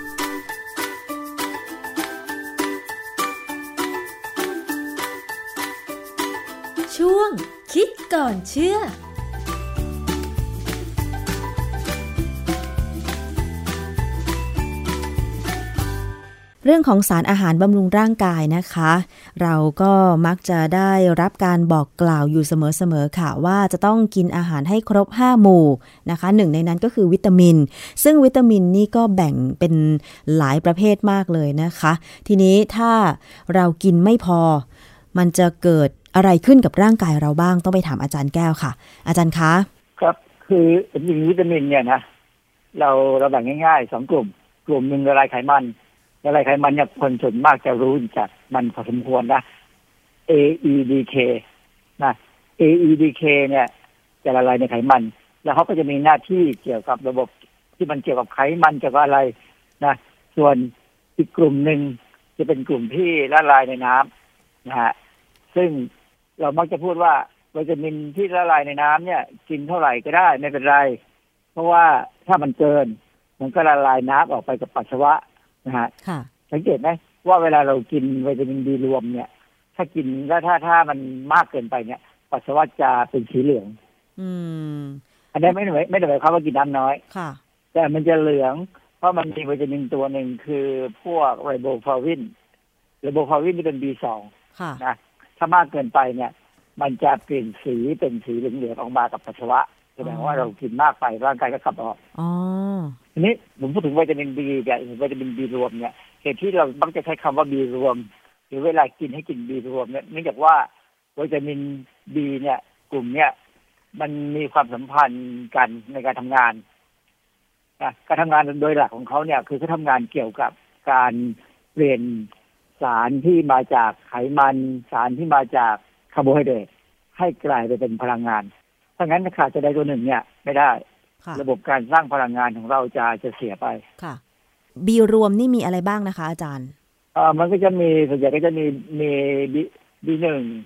ช่วงคิดก่อนเชื่อเรื่องของสารอาหารบำรุงร่างกายนะคะเราก็มักจะได้รับการบอกกล่าวอยู่เสมอๆค่ะว่าจะต้องกินอาหารให้ครบห้าหมู่นะคะหนึ่งในนั้นก็คือวิตามินซึ่งวิตามินนี่ก็แบ่งเป็นหลายประเภทมากเลยนะคะทีนี้ถ้าเรากินไม่พอมันจะเกิดอะไรขึ้นกับร่างกายเราบ้างต้องไปถามอาจารย์แก้วค่ะอาจารย์คะครับคือจริงๆวิตามินเนี่ยนะเราเราแบ่งง่ายๆสองกลุ่มกลุ่มหนึ่งละลายไขมันละลายไขมันเนี่ยคนส่วนมากจะรู้จักมันพอสมควรนะ เอ อี ดี เค นะ เอ อี ดี เค เนี่ยจะละลายในไขมันแล้วเขาก็จะมีหน้าที่เกี่ยวกับระบบที่มันเกี่ยวกับไขมันเกี่ยวกับอะไรนะส่วนอีกกลุ่มหนึ่งจะเป็นกลุ่มที่ละลายในน้ำนะฮะซึ่งเรามักจะพูดว่าวิตามินที่ละลายในน้ำเนี่ยกินเท่าไหร่ก็ได้ไม่เป็นไรเพราะว่าถ้ามันเกินมันก็ละลายน้ำออกไปกับปัสสาวะนะฮะสังเกตไหมว่าเวลาเรากินวิตามินดีรวมเนี่ยถ้ากินแล้วถ้าถ้ามันมากเกินไปเนี่ยปัสสาวะจะเป็นสีเหลืองอืมอันนี้ไม่ได้ไม่ได้หมายความว่ากินน้ำน้อยค่ะแต่มันจะเหลืองเพราะมันมีวิตามินตัวหนึ่งคือพวกไรโบฟลาวินไรโบฟลาวินที่เป็น บี สอง ค่ะนะถ้ามากเกินไปเนี่ยมันจะเปลี่ยนสีเป็นสีเหลืองๆออกมากับปัสสาวะแสดงว่าเรากินมากไปร่างกายก็ขับออกอ๋อทีนี้ผมพูดถึงวิตามินบีกับวิตามินบีรวมเนี่ยเหตุที่เรามักจะใช้คำว่าบีรวมหรือเวลากินให้กินบีรวมเนี่ยเนื่องจากว่าวิตามินบีเนี่ยกลุ่มเนี่ยมันมีความสัมพันธ์กันในการทำงานนะการทำงานโดยหลักของเขาเนี่ยคือเขาทำงานเกี่ยวกับการเปลี่ยนสารที่มาจากไขมันสารที่มาจากคาร์โบไฮเดรตให้กลายไปเป็นพลังงานถ้างั้นขาดจะได้ตัวหนึ่งเนี่ยไม่ได้ระบบการสร้างพลังงานของเราจะจะเสียไปค่ะบีรวมนี่มีอะไรบ้างนะคะอาจารย์อ่ามันก็จะมีส่วนใหญ่ก็จะมีมีบีบีหนึ่งโซ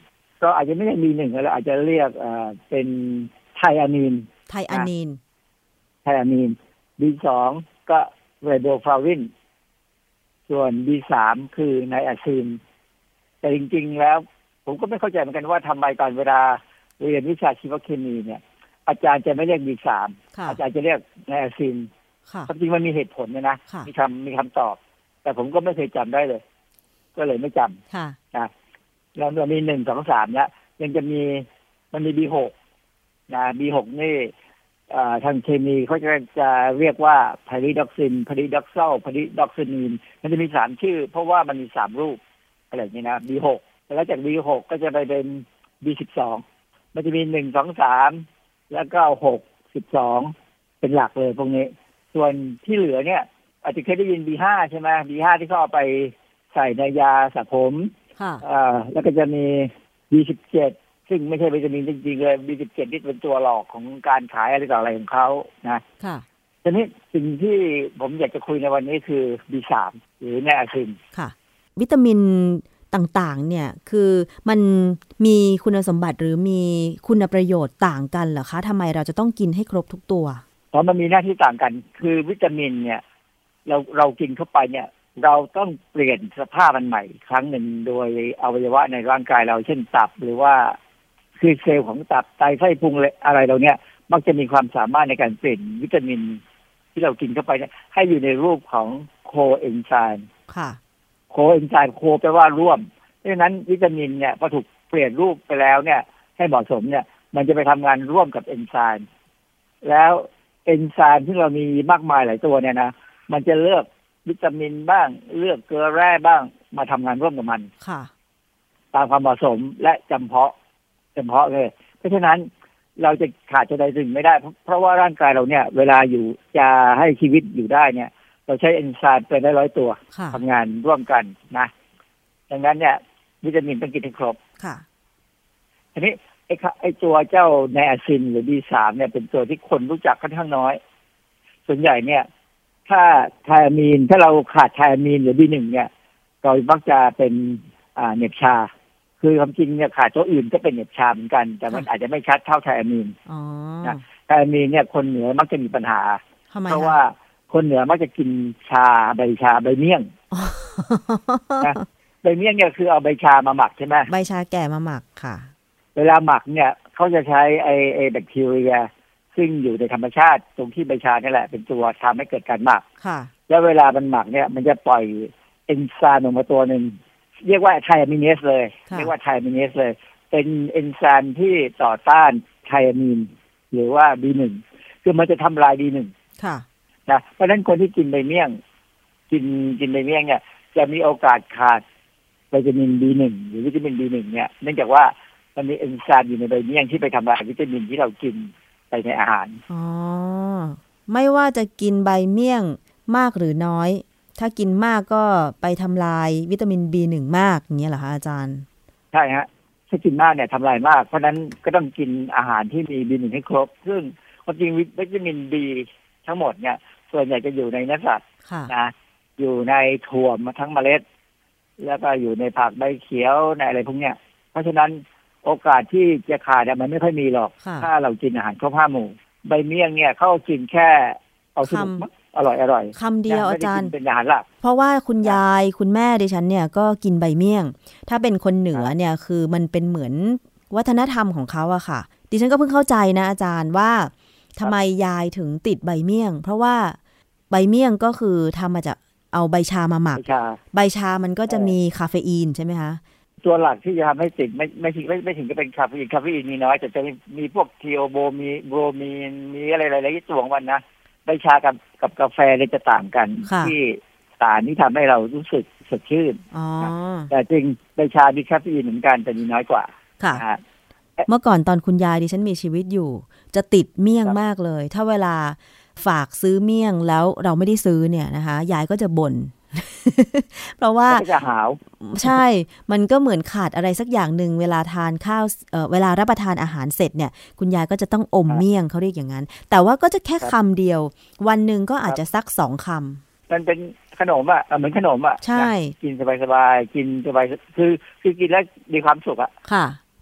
เราอาจจะไม่ใช่ บี หนึ่ง เราอาจจะเรียกเอ่อเป็นไทอะมีนไทอะมีนไทอะมีน บี สอง ก็เรโบฟลาวินส่วน บี สาม คือไนอะซินแต่จริงๆแล้วผมก็ไม่เข้าใจเหมือนกันว่าทำไมตอนเวลาเรียนวิชาชีวเคมีเนี่ยอาจารย์จะไม่เรียก บี สาม อาจารย์จะเรียกไนอะซินจริงมันมีเหตุผลนะนะมีคำมีคำตอบแต่ผมก็ไม่เคยจำได้เลยก็เลยไม่จำนะแล้วเรามีหนึ่งสองสามแล้วยังจะมีมันมี บี หก นะ บี หก นี่ทางเคมีเขาจะจะเรียกว่าพาริดอกซินพาริดอกซัลพาริดอกซินีนมันจะมีสามชื่อเพราะว่ามันมีสามรูปอะไรอย่างนี้นะ บี หก แล้วจาก บี หก ก็จะไปเป็น บี สิบสอง มันจะมีหนึ่ง สอง สามแล้วก็หก สิบสองเป็นหลักเลยพวกนี้ส่วนที่เหลือเนี่ยอาจจะเคยได้ยิน บี ห้า ใช่ไหม บี ห้า ที่เขาเอาไปใส่ในยาสระผมอ่าแล้วก็จะมี บี สิบเจ็ด ซึ่งไม่ใช่วิตามินจริงๆเลย บี สิบเจ็ด นี่เป็นตัวหลอกของการขายอะไรต่ออะไรของเขานะค่ะทีนี้สิ่งที่ผมอยากจะคุยในวันนี้คือ บี สาม หรือไนอะซินค่ะวิตามินต่างๆเนี่ยคือมันมีคุณสมบัติหรือมีคุณประโยชน์ต่างกันเหรอคะทำไมเราจะต้องกินให้ครบทุกตัวเพราะมันมีหน้าที่ต่างกันคือวิตามินเนี่ยเราเรากินเข้าไปเนี่ยเราต้องเปลี่ยนสภาพมันใหม่ครั้งหนึ่งโดยอวัยวะในร่างกายเราเช่นตับหรือว่าคือเซลล์ของตับไตไส้พุงอะไรเราเนี่ยมักจะมีความสามารถในการเปลี่ยนวิตามินที่เรากินเข้าไปเนี่ยให้อยู่ในรูปของโคเอนไซม์ค่ะโคเอนไซม์โคแปลว่าร่วมเพราะฉะนั้นวิตามินเนี่ยพอถูกเปลี่ยนรูปไปแล้วเนี่ยให้เหมาะสมเนี่ยมันจะไปทำงานร่วมกับเอนไซม์แล้วเอนไซม์ที่เรามีมากมายหลายตัวเนี่ยนะมันจะเลือกวิตามินบ้างเลือกเกลือแร่บ้างมาทำงานร่วมกับมันค่ะตามความเหมาะสมและจำเพาะจำเพาะเลยเพราะฉะนั้นเราจะขาดจะใดสิ่งไม่ได้เพราะว่าร่างกายเราเนี่ยเวลาอยู่จะให้ชีวิตอยู่ได้เนี่ยเราใช้เอนไซม์เป็นได้ร้อยตัวทำงานร่วมกันนะดังนั้นเนี่ยวิตามินต้องกินให้ครบค่ะทีนี้ไอ้ไอ้ตัวเจ้าไนอะซินหรือ บี สาม เนี่ยเป็นตัวที่คนรู้จักค่อนข้างน้อยส่วนใหญ่เนี่ยถ้าไทอะมีนถ้าเราขาดไทอะมีนหรือ บี หนึ่ง เนี่ยเรามักจะเป็นอ่าเหน็บชาคือความจริงเนี่ยขาดตัวอื่นก็เป็นเหน็บชาเหมือนกันแต่มันอาจจะไม่ชัดเท่าไทอะมีนอ๋อนะไทอะมีนเนี่ยคนเหนือมักจะมีปัญหาเพราะว่าคนเหนือมักจะกินชาใบชาใบเมี่ยงนะใบเมี่ยงเนี่ยคือเอาใบชามาหมักใช่ไหมใบชาแก่มาหมักค่ะเวลาหมักเนี่ยเขาจะใช้ไอไอแบคทีเรียซึ่งอยู่ในธรรมชาติตรงที่ใบชานี่แหละเป็นตัวทำให้เกิดการหมักค่ะแล้วเวลามันหมักเนี่ยมันจะปล่อยเอนไซม์ออกมาตัวหนึ่งเรียกว่าไทอะมิเนสเลยเรียกว่าไทอะมิเนสเลยเป็นเอนไซม์ที่ต่อต้านไทอะมีนหรือว่า บี หนึ่ง คือมันจะทำลาย บี หนึ่ง ค่ะนะเพราะฉะนั้นคนที่กินใบเมี่ยงกินกินใบเมี่ยงเนี่ยจะมีโอกาสขาดวิตามิน บี หนึ่ง หรือวิตามิน บี หนึ่ง เนี่ยเนื่องจากว่ามันมีเอนไซม์อยู่ในใบเมี่ยงที่ไปทำลายวิตามินที่เรากินไปในอาหารอ๋อไม่ว่าจะกินใบเมี่ยงมากหรือน้อยถ้ากินมากก็ไปทำลายวิตามิน บี หนึ่ง มากอย่างเงี้ยเหรอคะอาจารย์ใช่ฮะถ้ากินมากเนี่ยทำลายมากเพราะนั้นก็ต้องกินอาหารที่มี บี หนึ่ง ให้ครบซึ่งความจริงวิตามิน B ทั้งหมดเนี่ยส่วนใหญ่จะอยู่ในเนื้อสัตว์นะอยู่ในถั่วมาทั้งเมล็ดแล้วก็อยู่ในผักใบเขียวในอะไรพวกเนี้ยเพราะฉะนั้นโอกาสที่จะขาดเนี่ยมันไม่ค่อยมีหรอกถ้าเรากินอาหารครบห้าหมู่ใบเมี่ยงเนี่ยเขากินแค่เอาสนุกอร่อยอร่อยคำเดียวอาจารย์เป็นอาหารหลักเพราะว่าคุณยายคุณแม่ดิฉันเนี่ยก็กินใบเมี่ยงถ้าเป็นคนเหนือเนี่ยคือมันเป็นเหมือนวัฒนธรรมของเขาอะค่ะดิฉันก็เพิ่งเข้าใจนะอาจารย์ว่าทำไมยายถึงติดใบเมี่ยงเพราะว่าใบเมี่ยงก็คือทำมาจากเอาใบชามาหมักใบชามันก็จะมีคาเฟอีนใช่ไหมคะตัวหลักที่จะทำให้ติดไม่ไม่ถึงไม่ไม่ถึงจะเป็นคาเฟอีนคาเฟอีนมีน้อยแต่จะมีมีพวกทีโอโบมีโบรมีนมีอะไรหลายๆตัวของมันนะใบชากับกับกาแฟเนี่ยจะต่างกันที่สารที่ทำให้เรารู้สึกสดชื่นแต่จริงใบชามีคาเฟอีนเหมือนกันแต่มีน้อยกว่าค่ะเมื่อก่อนตอนคุณยายดิฉันมีชีวิตอยู่จะติดเมี่ยงมากเลยถ้าเวลาฝากซื้อเมี่ยงแล้วเราไม่ได้ซื้อเนี่ยนะคะยายก็จะบ่น เพราะว่าจะหาวใช่มันก็เหมือนขาดอะไรสักอย่างหนึ่งเวลาทานข้าวเอ่อเวลารับประทานอาหารเสร็จเนี่ยคุณยายก็จะต้องอมเมี่ยงเขาเรียกอย่างนั้นแต่ว่าก็จะแค่คำเดียววันหนึ่งก็อาจจะสักสองคำมันเป็นขนมอ่ะเหมือนขนมอ่ะใช่กินสบายๆกินสบายคือคือกินแล้วมีความสุขอ่ะค่ะ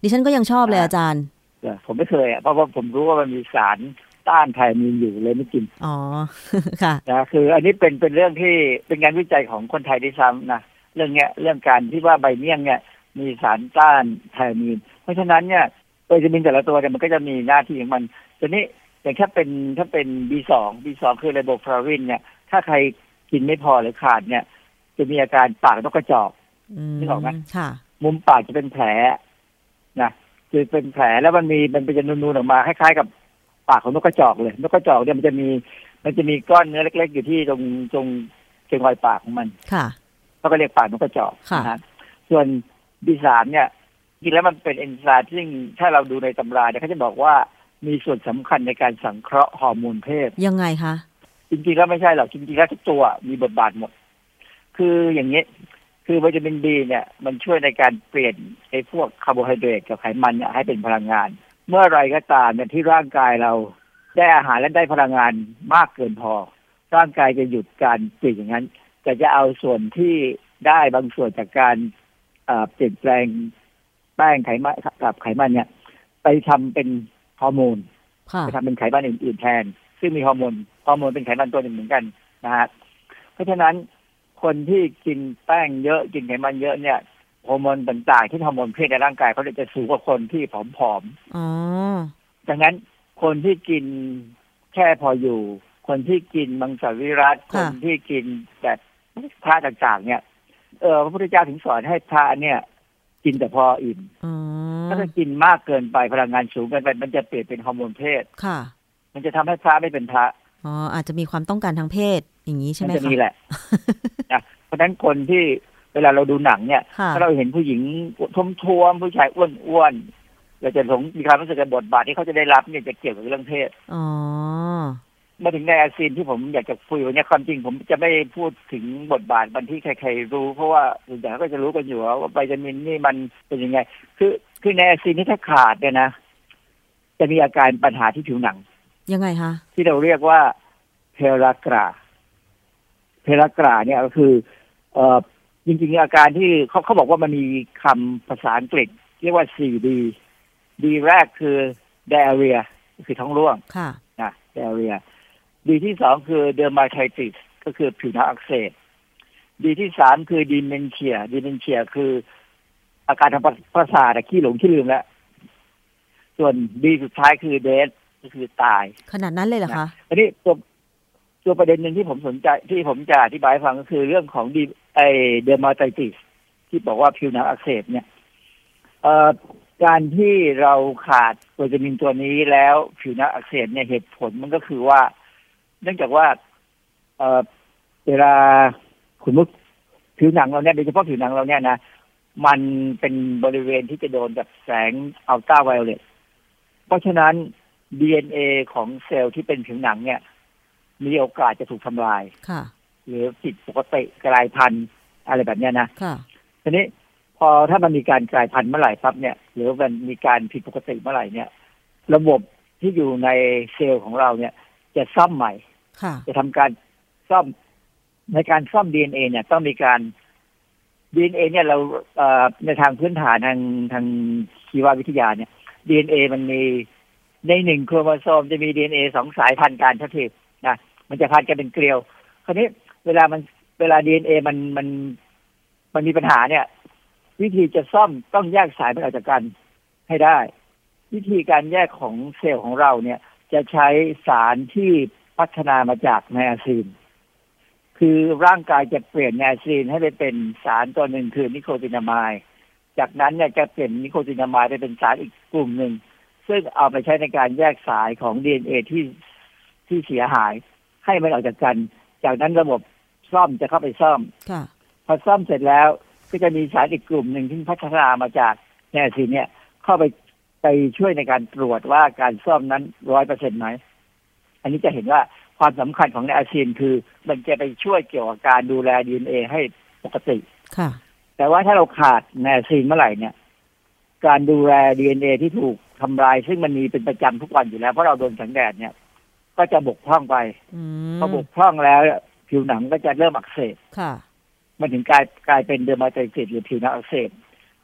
ดิฉันก็ยังชอบเลยอาจารย์ผมไม่เคยอ่ะเพราะว่าผมรู้ว่ามันมีสารต้านไทมีนอยู่เลยไม่กินอ๋อค่ะนะคืออันนี้เป็นเป็นเรื่องที่เป็นงานวิจัยของคนไทยด้วยซ้ำนะเรื่องเนี้ยเรื่องการที่ว่าใบเมี่ยงเนี่ยมีสารต้านไทมีนเพราะฉะนั้นเนี่ยวิตามินแต่ละตัวเนี่ยมันก็จะมีหน้าที่ของมันตัวนี้อย่างถ้าเป็นถ้าเป็น บี สอง บี สอง คือไลโบฟลาวินเนี่ยถ้าใครกินไม่พอหรือขาดเนี่ยจะมีอาการปากนกกระจอกนึกออกไหมค่ะมุมปากจะเป็นแผลนะคือเป็นแผลแล้วมันมีมันเป็นนูนๆออกมาคล้ายๆกับปากของนกกระจอกเลยนกกระจอกเนี่ยมันจะมีมันจะมีก้อนเนื้อเล็กๆอยู่ที่ตรงตรงเชิงรอยปากของมันค่ะเขาก็เรียกปากนกกระจอกนะส่วน บี สาม เนี่ยจริงแล้วมันเป็นเอนไซม์ซึ่งถ้าเราดูในตำราเนี่ยเขาจะบอกว่ามีส่วนสำคัญในการสังเคราะห์ฮอร์โมนเพศยังไงคะจริงๆแล้วไม่ใช่หรอกจริงๆแล้วทุกตัวมีบทบาทหมดคืออย่างนี้คือวิตามินบีเนี่ยมันช่วยในการเปลี่ยนไอ้พวกคาร์โบไฮเดรตกับไขมันเนี่ยให้เป็นพลังงานเมื่อไรก็ตามเนี่ยที่ร่างกายเราได้อาหารและได้พลังงานมากเกินพอร่างกายจะหยุดการเปลี่ยนอย่างนั้นแต่จะเอาส่วนที่ได้บางส่วนจากการเปลี่ยนแปลงแป้งไขมันกับไขมันเนี่ยไปทำเป็นฮอร์โมนไปทำเป็นไขมันอื่นๆแทนซึ่งมีฮอร์โมนฮอร์โมนเป็นไขมันตัวหนึ่งเหมือนกันนะฮะเพราะฉะนั้นคนที่กินแป้งเยอะกินไขมันเยอะเนี่ยฮอร์โมนต่างๆที่ฮอร์โมนเพศในร่างกายเขาจะสูงกว่าคนที่ผอมๆอ๋อดังนั้นคนที่กินแค่พออยู่คนที่กินมังสวิรัติคนที่กินแบบพระต่างๆเนี่ยเออพระพุทธเจ้าถึงสอนให้พระเนี่ยกินแต่พออิ่มถ้าจะกินมากเกินไปพลังงานสูงเกินไปมันจะเปลี่ยนเป็นฮอร์โมนเพศค่ะมันจะทำให้พระไม่เป็นพระอ๋ออาจจะมีความต้องการทางเพศอย่างนี้ใช่ไหมคะมันจะมีแหละนะเพราะฉะนั้นคนที่เวลาเราดูหนังเนี่ยถ้าเราเห็นผู้หญิงท้วมๆผู้ชายอ้วนๆเราจะสงมีความรู้สึกกับบทบาทที่เขาจะได้รับเนี่ยจะเกี่ยวกับเรื่องเพศอ๋อมาถึงในอาซีนที่ผมอยากจะคุยวันนี้ความจริงผมจะไม่พูดถึงบทบาทมันที่ใครๆรู้เพราะว่าส่วนใหญ่ก็จะรู้กันอยู่ว่าวิตามินนี่มันเป็นยังไงคือคือในอาซีนที่ถ้าขาดเนี่ยนะจะมีอาการปัญหาที่ผิวหนังยังไงคะที่เราเรียกว่าเพลากราเพลากราเนี่ยก็คือเอ่อจริงๆอาการที่เขาเขาบอกว่ามันมีคำภาษาอังกฤษเรียกว่า ซี ดี ดีแรกคือ diarrhea คือท้องร่วงค่ะนะ diarrhea ดีที่สองคือ dermatitis ก็คือผิวหนังอักเสบดีที่สามคือ dementia dementia คืออาการทางประสาทขี้หลงขี้ลืมแล้วส่วนดีสุดท้ายคือ death ก็คือตายขนาดนั้นเลยเหรอคะอันนี้ตัวตัวประเด็นหนึ่งที่ผมสนใจที่ผมจะอธิบายฟังก็คือเรื่องของดีไอเดอร์มาไทติสที่บอกว่าผิวหนังอักเสบเนี่ยเอ่อการที่เราขาดวิตามินตัวนี้แล้วผิวหนังอักเสบเนี่ยเหตุผลมันก็คือว่าเนื่องจากว่าเอ่อเวลาคุณมุกผิวหนังเราเนี่ยโดยเฉพาะผิวหนังเราเนี่ยนะมันเป็นบริเวณที่จะโดนกับแสงอัลตราไวโอเลตเพราะฉะนั้น ดี เอ็น เอ ของเซลล์ที่เป็นผิวหนังเนี่ยมีโอกาสจะถูกทำลายหรือผิดปกติกลายพันธุ์อะไรแบบนี้นะทีนี้พอถ้ามันมีการกลายพันธุ์เมื่อไหร่ปั๊บเนี่ยหรือมันมีการผิดปกติเมื่อไหร่เนี่ยระบบที่อยู่ในเซลล์ของเราเนี่ยจะซ่อมใหม่จะทำการซ่อมในการซ่อม ดี เอ็น เอ เนี่ยต้องมีการ ดี เอ็น เอ เนี่ยเราในทางพื้นฐานทางทางชีววิทยาเนี่ย ดี เอ็น เอ มันมีในหนึ่งโครโมโซมจะมี ดี เอ็น เอ สองสายพันธุ์การทับทิมนะมันจะพันกันเป็นเกลียวคราวนี้เวลามันเวลา ดี เอ็น เอ มันมันมันมีปัญหาเนี่ยวิธีจะซ่อมต้องแยกสายมันออกจากกันให้ได้วิธีการแยกของเซลล์ของเราเนี่ยจะใช้สารที่พัฒนามาจากไนอาซินคือร่างกายจะเปลี่ยนไนอาซินให้ไปเป็นสารตัวหนึ่งคือนิโคตินามายจากนั้นเนี่ยจะเปลี่ยนนิโคตินามายไปเป็นสารอีกกลุ่มหนึ่งซึ่งเอาไปใช้ในการแยกสายของ ดี เอ็น เอ ที่ที่เสียหายให้มันออกจากกันจากนั้นระบบซ่อมจะเข้าไปซ่อมพอซ่อมเสร็จแล้วก็จะมีสารอีกกลุ่มหนึ่งที่พัฒนามาจากไนอาซินเนี่ยเข้าไปไปช่วยในการตรวจว่าการซ่อมนั้น ร้อยเปอร์เซ็นต์ ไหมอันนี้จะเห็นว่าความสำคัญของไนอาซินคือมันจะไปช่วยเกี่ยวกับการดูแล ดี เอ็น เอ ให้ปกติค่ะแต่ว่าถ้าเราขาดไนอาซินเมื่อไหร่เนี่ยการดูแล ดี เอ็น เอ ที่ถูกทำลายซึ่งมันมีเป็นประจำทุกวันอยู่แล้วเพราะเราโดนแสงแดดเนี่ยก็จะบกพร่องไปพอบกพร่องแล้วผิวหนังก็จะเริ่มอักเสบค่ะมันถึงกลายกลายเป็นเดอร์มาไทติสหรือผิวหนังอักเสบ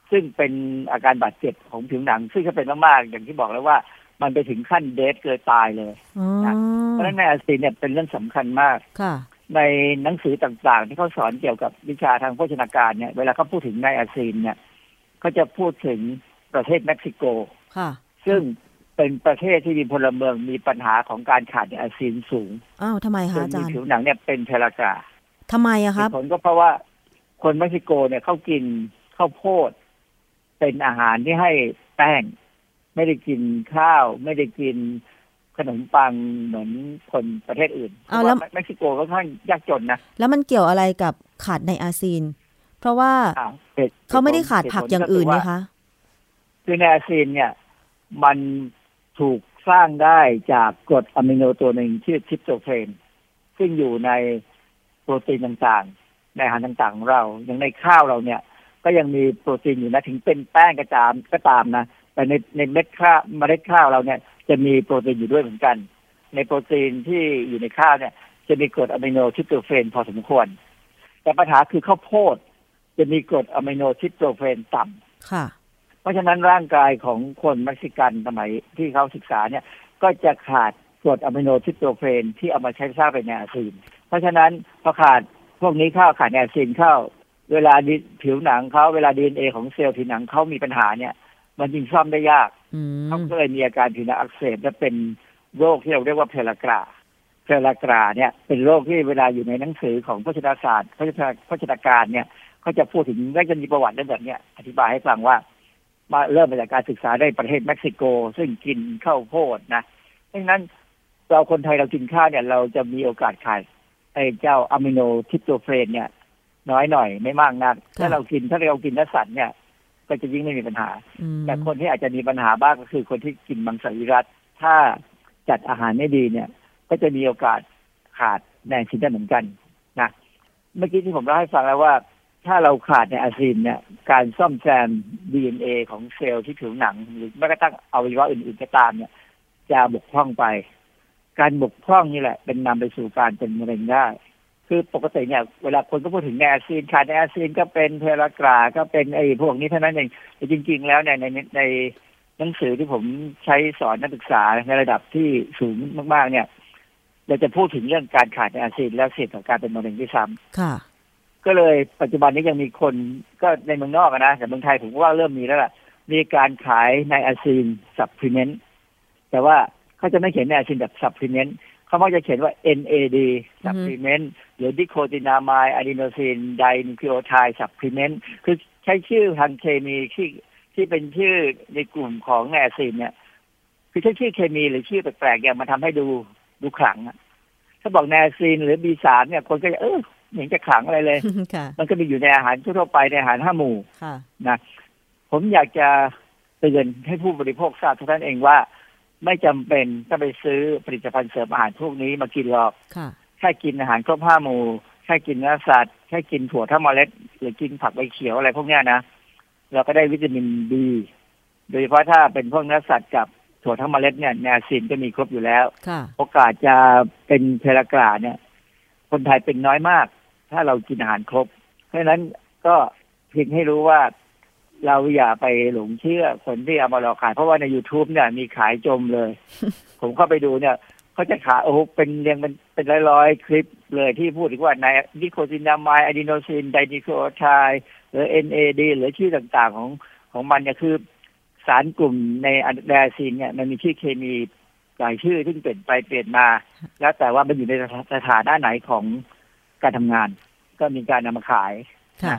ซึ่งเป็นอาการบาดเจ็บของผิวหนังซึ่งก็เป็นมากๆอย่างที่บอกแล้วว่ามันไปถึงขั้นเดทเกิดตายเลยนะเพราะฉะนั้นไนอาซินเนี่ยเป็นเรื่องสำคัญมากในหนังสือต่างๆที่เขาสอนเกี่ยวกับวิชาทางโภชนาการเนี่ยเวลาเขาพูดถึงไนอาซินเนี่ยเขาจะพูดถึงประเทศเม็กซิโกซึ่งเป็นประเทศที่มีพลเมืองมีปัญหาของการขาดไนอาซินสูงอ้าวทำไมคะอาจารย์ผิวหนังเนี่ยเป็นเพลากราทำไมอะครับผลก็เพราะว่าคนเม็กซิโกเนี่ยเขากินข้าวโพดเป็นอาหารที่ให้แป้งไม่ได้กินข้าวไม่ได้กินขนมปังเหมือนคนประเทศอื่นเพราะว่าเม็กซิโกก็ค่อนข้างยากจนนะแล้วมันเกี่ยวอะไรกับขาดไนอาซินเพราะว่าเขาไม่ได้ขาดผักอย่างอื่นนะคะคือไนอาซินเนี่ยมันถูกสร้างได้จากกรดอะมิโนตัวหนึ่งชื่อทริปโตเฟนซึ่งอยู่ในโปรตีนต่างๆในอาหารต่างๆของเราอย่างในข้าวเราเนี่ยก็ยังมีโปรตีนอยู่นะถึงเป็นแป้งก็ตามก็ตามนะแต่ในในเม็ดข้าวเมล็ดข้าวเราเนี่ยจะมีโปรตีนอยู่ด้วยเหมือนกันในโปรตีนที่อยู่ในข้าวเนี่ยจะมีกรดอะมิโนทริปโตเฟนพอสมควรแต่ปัญหาคือข้าวโพดจะมีกรดอะมิโนทริปโตเฟนต่ำค่ะเพราะฉะนั้นร่างกายของคนเม็กซิกันสมัยที่เขาศึกษาเนี่ยก็จะขาดกรดอะมิโนทริปโตเฟนที่เอามาใช้สร้างเป็นไนอาซินเพราะฉะนั้นพอขาดพวกนี้เข้าขาดไนอาซินเข้าเวลาผิวหนังเขาเวลา ดี เอ็น เอ ของเซลล์ผิวหนังเขามีปัญหาเนี่ยมันยิ่งซ่อมได้ยากเขาก็เลยมีอาการผิวหนังอักเสบและเป็นโรคที่เราเรียกว่าเพลากราเพลากราเนี่ยเป็นโรคที่เวลาอยู่ในหนังสือของโภชนาศาสตร์โภชนาการเนี่ยเขาจะพูดถึงได้จะมีประวัติเรื่องแบบนี้อธิบายให้ฟังว่ามาเริ่มมาจากการศึกษาในประเทศเม็กซิโกซึ่งกินข้าวโพดนะดังนั้นเราคนไทยเรากินข้าวเนี่ยเราจะมีโอกาสขาดไอ้เจ้าอะมิโนทริปโตเฟนเนี่ยน้อยหน่อยไม่มากนักถ้าเรากินถ้าเรากินเนื้อสัตว์เนี่ยก็จะยิ่งไม่มีปัญหาแต่คนที่อาจจะมีปัญหาบ้างก็คือคนที่กินมังสวิรัติถ้าจัดอาหารไม่ดีเนี่ยก็จะมีโอกาสขาดไนอาซินได้เหมือนกันนะเมื่อกี้ที่ผมเล่าให้ฟังแล้วว่าถ้าเราขาดไนอาซินเนี่ยการซ่อมแซม ดี เอ็น เอ ของเซลล์ที่ผิวหนังหรือแม้กระทั่งอวัยวะอื่นๆก็ตามเนี่ยจะบกพร่องไปการบกพร่องนี่แหละเป็นนำไปสู่การเป็นมะเร็งได้คือปกติเนี่ยเวลาคนก็พูดถึงไนอาซินขาดไนอาซินก็เป็นเพลากราก็เป็นไอ้พวกนี้เท่านั้นเองแต่จริงๆแล้วเนี่ยในในหนังสือที่ผมใช้สอนนักศึกษาในระดับที่สูงมากๆเนี่ยเราจะพูดถึงเรื่องการขาดไนอาซินแล้วเสี่ยงต่อการเป็นมะเร็งด้วยซ้ำค่ะก็เลยปัจจุบันนี้ยังมีคนก็ในเมืองนอกนะแต่เมืองไทยผมว่าเริ่มมีแล้วล่ะมีการขายไนอาซินซัพพลีเมนต์แต่ว่าเขาจะไม่เขียนไนอาซินแบบซัพพลีเมนต์เขามักจะเขียนว่า เอ็น เอ ดี supplement หรือ dicotinamide adenosine dinucleotide supplement คือใช้ชื่อทางเคมีที่ที่เป็นชื่อในกลุ่มของไนอาซินเนี่ยคือใช้ชื่อเคมีหรือชื่อแปลกๆอย่างมาทำให้ดูดูขลังถ้าบอกไนอาซินหรือ บี สาม เนี่ยคนก็จะเออเหมือนจะขลังอะไรเลย มันก็มีอยู่ในอาหารทั่วไปในอาหารห้าหมู่นะผมอยากจะเตือนให้ผู้บริโภคทราบทุกท่านเองว่าไม่จำเป็นต้องไปซื้อผลิตภัณฑ์เสริมอาหารพวกนี้มากินหรอกแค่กินอาหารครบห้าหมู่แค่กินเนื้อสัตว์แค่กินถั่วทั้งเมล็ดหรือกินผักใบเขียวอะไรพวกนี้นะเราก็ได้วิตามินดีโดยเฉพาะถ้าเป็นพวกเนื้อสัตว์กับถั่วทั้งเมล็ดเนี่ยไนอาซินก็มีครบอยู่แล้วโอกาสจะเป็นเพลากราเนี่ยคนไทยเป็นน้อยมากถ้าเรากินอาหารครบเพราะฉะนั้นก็เพียงให้รู้ว่าเราอย่าไปหลงเชื่อคนที่เอามาหลอกขายเพราะว่าใน YouTube เนี่ยมีขายจมเลย ผมเข้าไปดูเนี่ยเขาจะขายโอ้โหเป็นเรียงเป็นเป็นร้อยๆคลิปเลยที่พูดถึงว่าในนิโคตินามายอะดีโนซินไดนิโคลไทด์หรือ เอ็น เอ ดี หรือชื่อต่างๆของของมันเนี่ยคือสารกลุ่มในไนอาซินเนี่ยมันมีชื่อเคมีหลายชื่อที่เปลี่ยนไปเปลี่ยนมาแล้วแต่ว่ามันอยู่ในสถานะไหนของการทำงานก็มีการนำมาขายค่ะ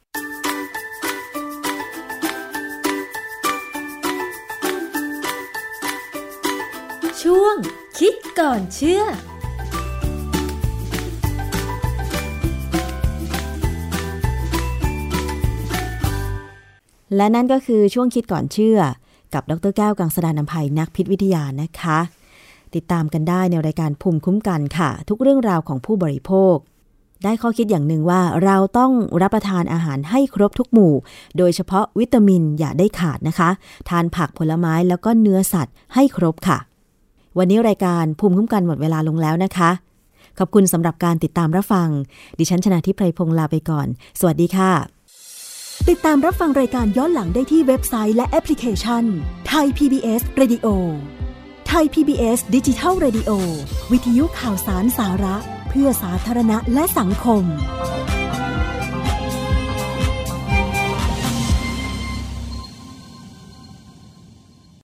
ช่วงคิดก่อนเชื่อและนั่นก็คือช่วงคิดก่อนเชื่อกับดร.แก้วกังสดาลอำไพนักพิษวิทยานะคะติดตามกันได้ในรายการภูมิคุ้มกันค่ะทุกเรื่องราวของผู้บริโภคได้ข้อคิดอย่างหนึ่งว่าเราต้องรับประทานอาหารให้ครบทุกหมู่โดยเฉพาะวิตามินอย่าได้ขาดนะคะทานผักผลไม้แล้วก็เนื้อสัตว์ให้ครบค่ะวันนี้รายการภูมิคุ้มกันหมดเวลาลงแล้วนะคะขอบคุณสำหรับการติดตามรับฟังดิฉันชนาธิป ไพรพงษ์ลาไปก่อนสวัสดีค่ะติดตามรับฟังรายการย้อนหลังได้ที่เว็บไซต์และแอปพลิเคชัน Thai พี บี เอส Radio Thai พี บี เอส Digital Radio วิทยุข่าวสารสาระเพื่อสาธารณะและสังคม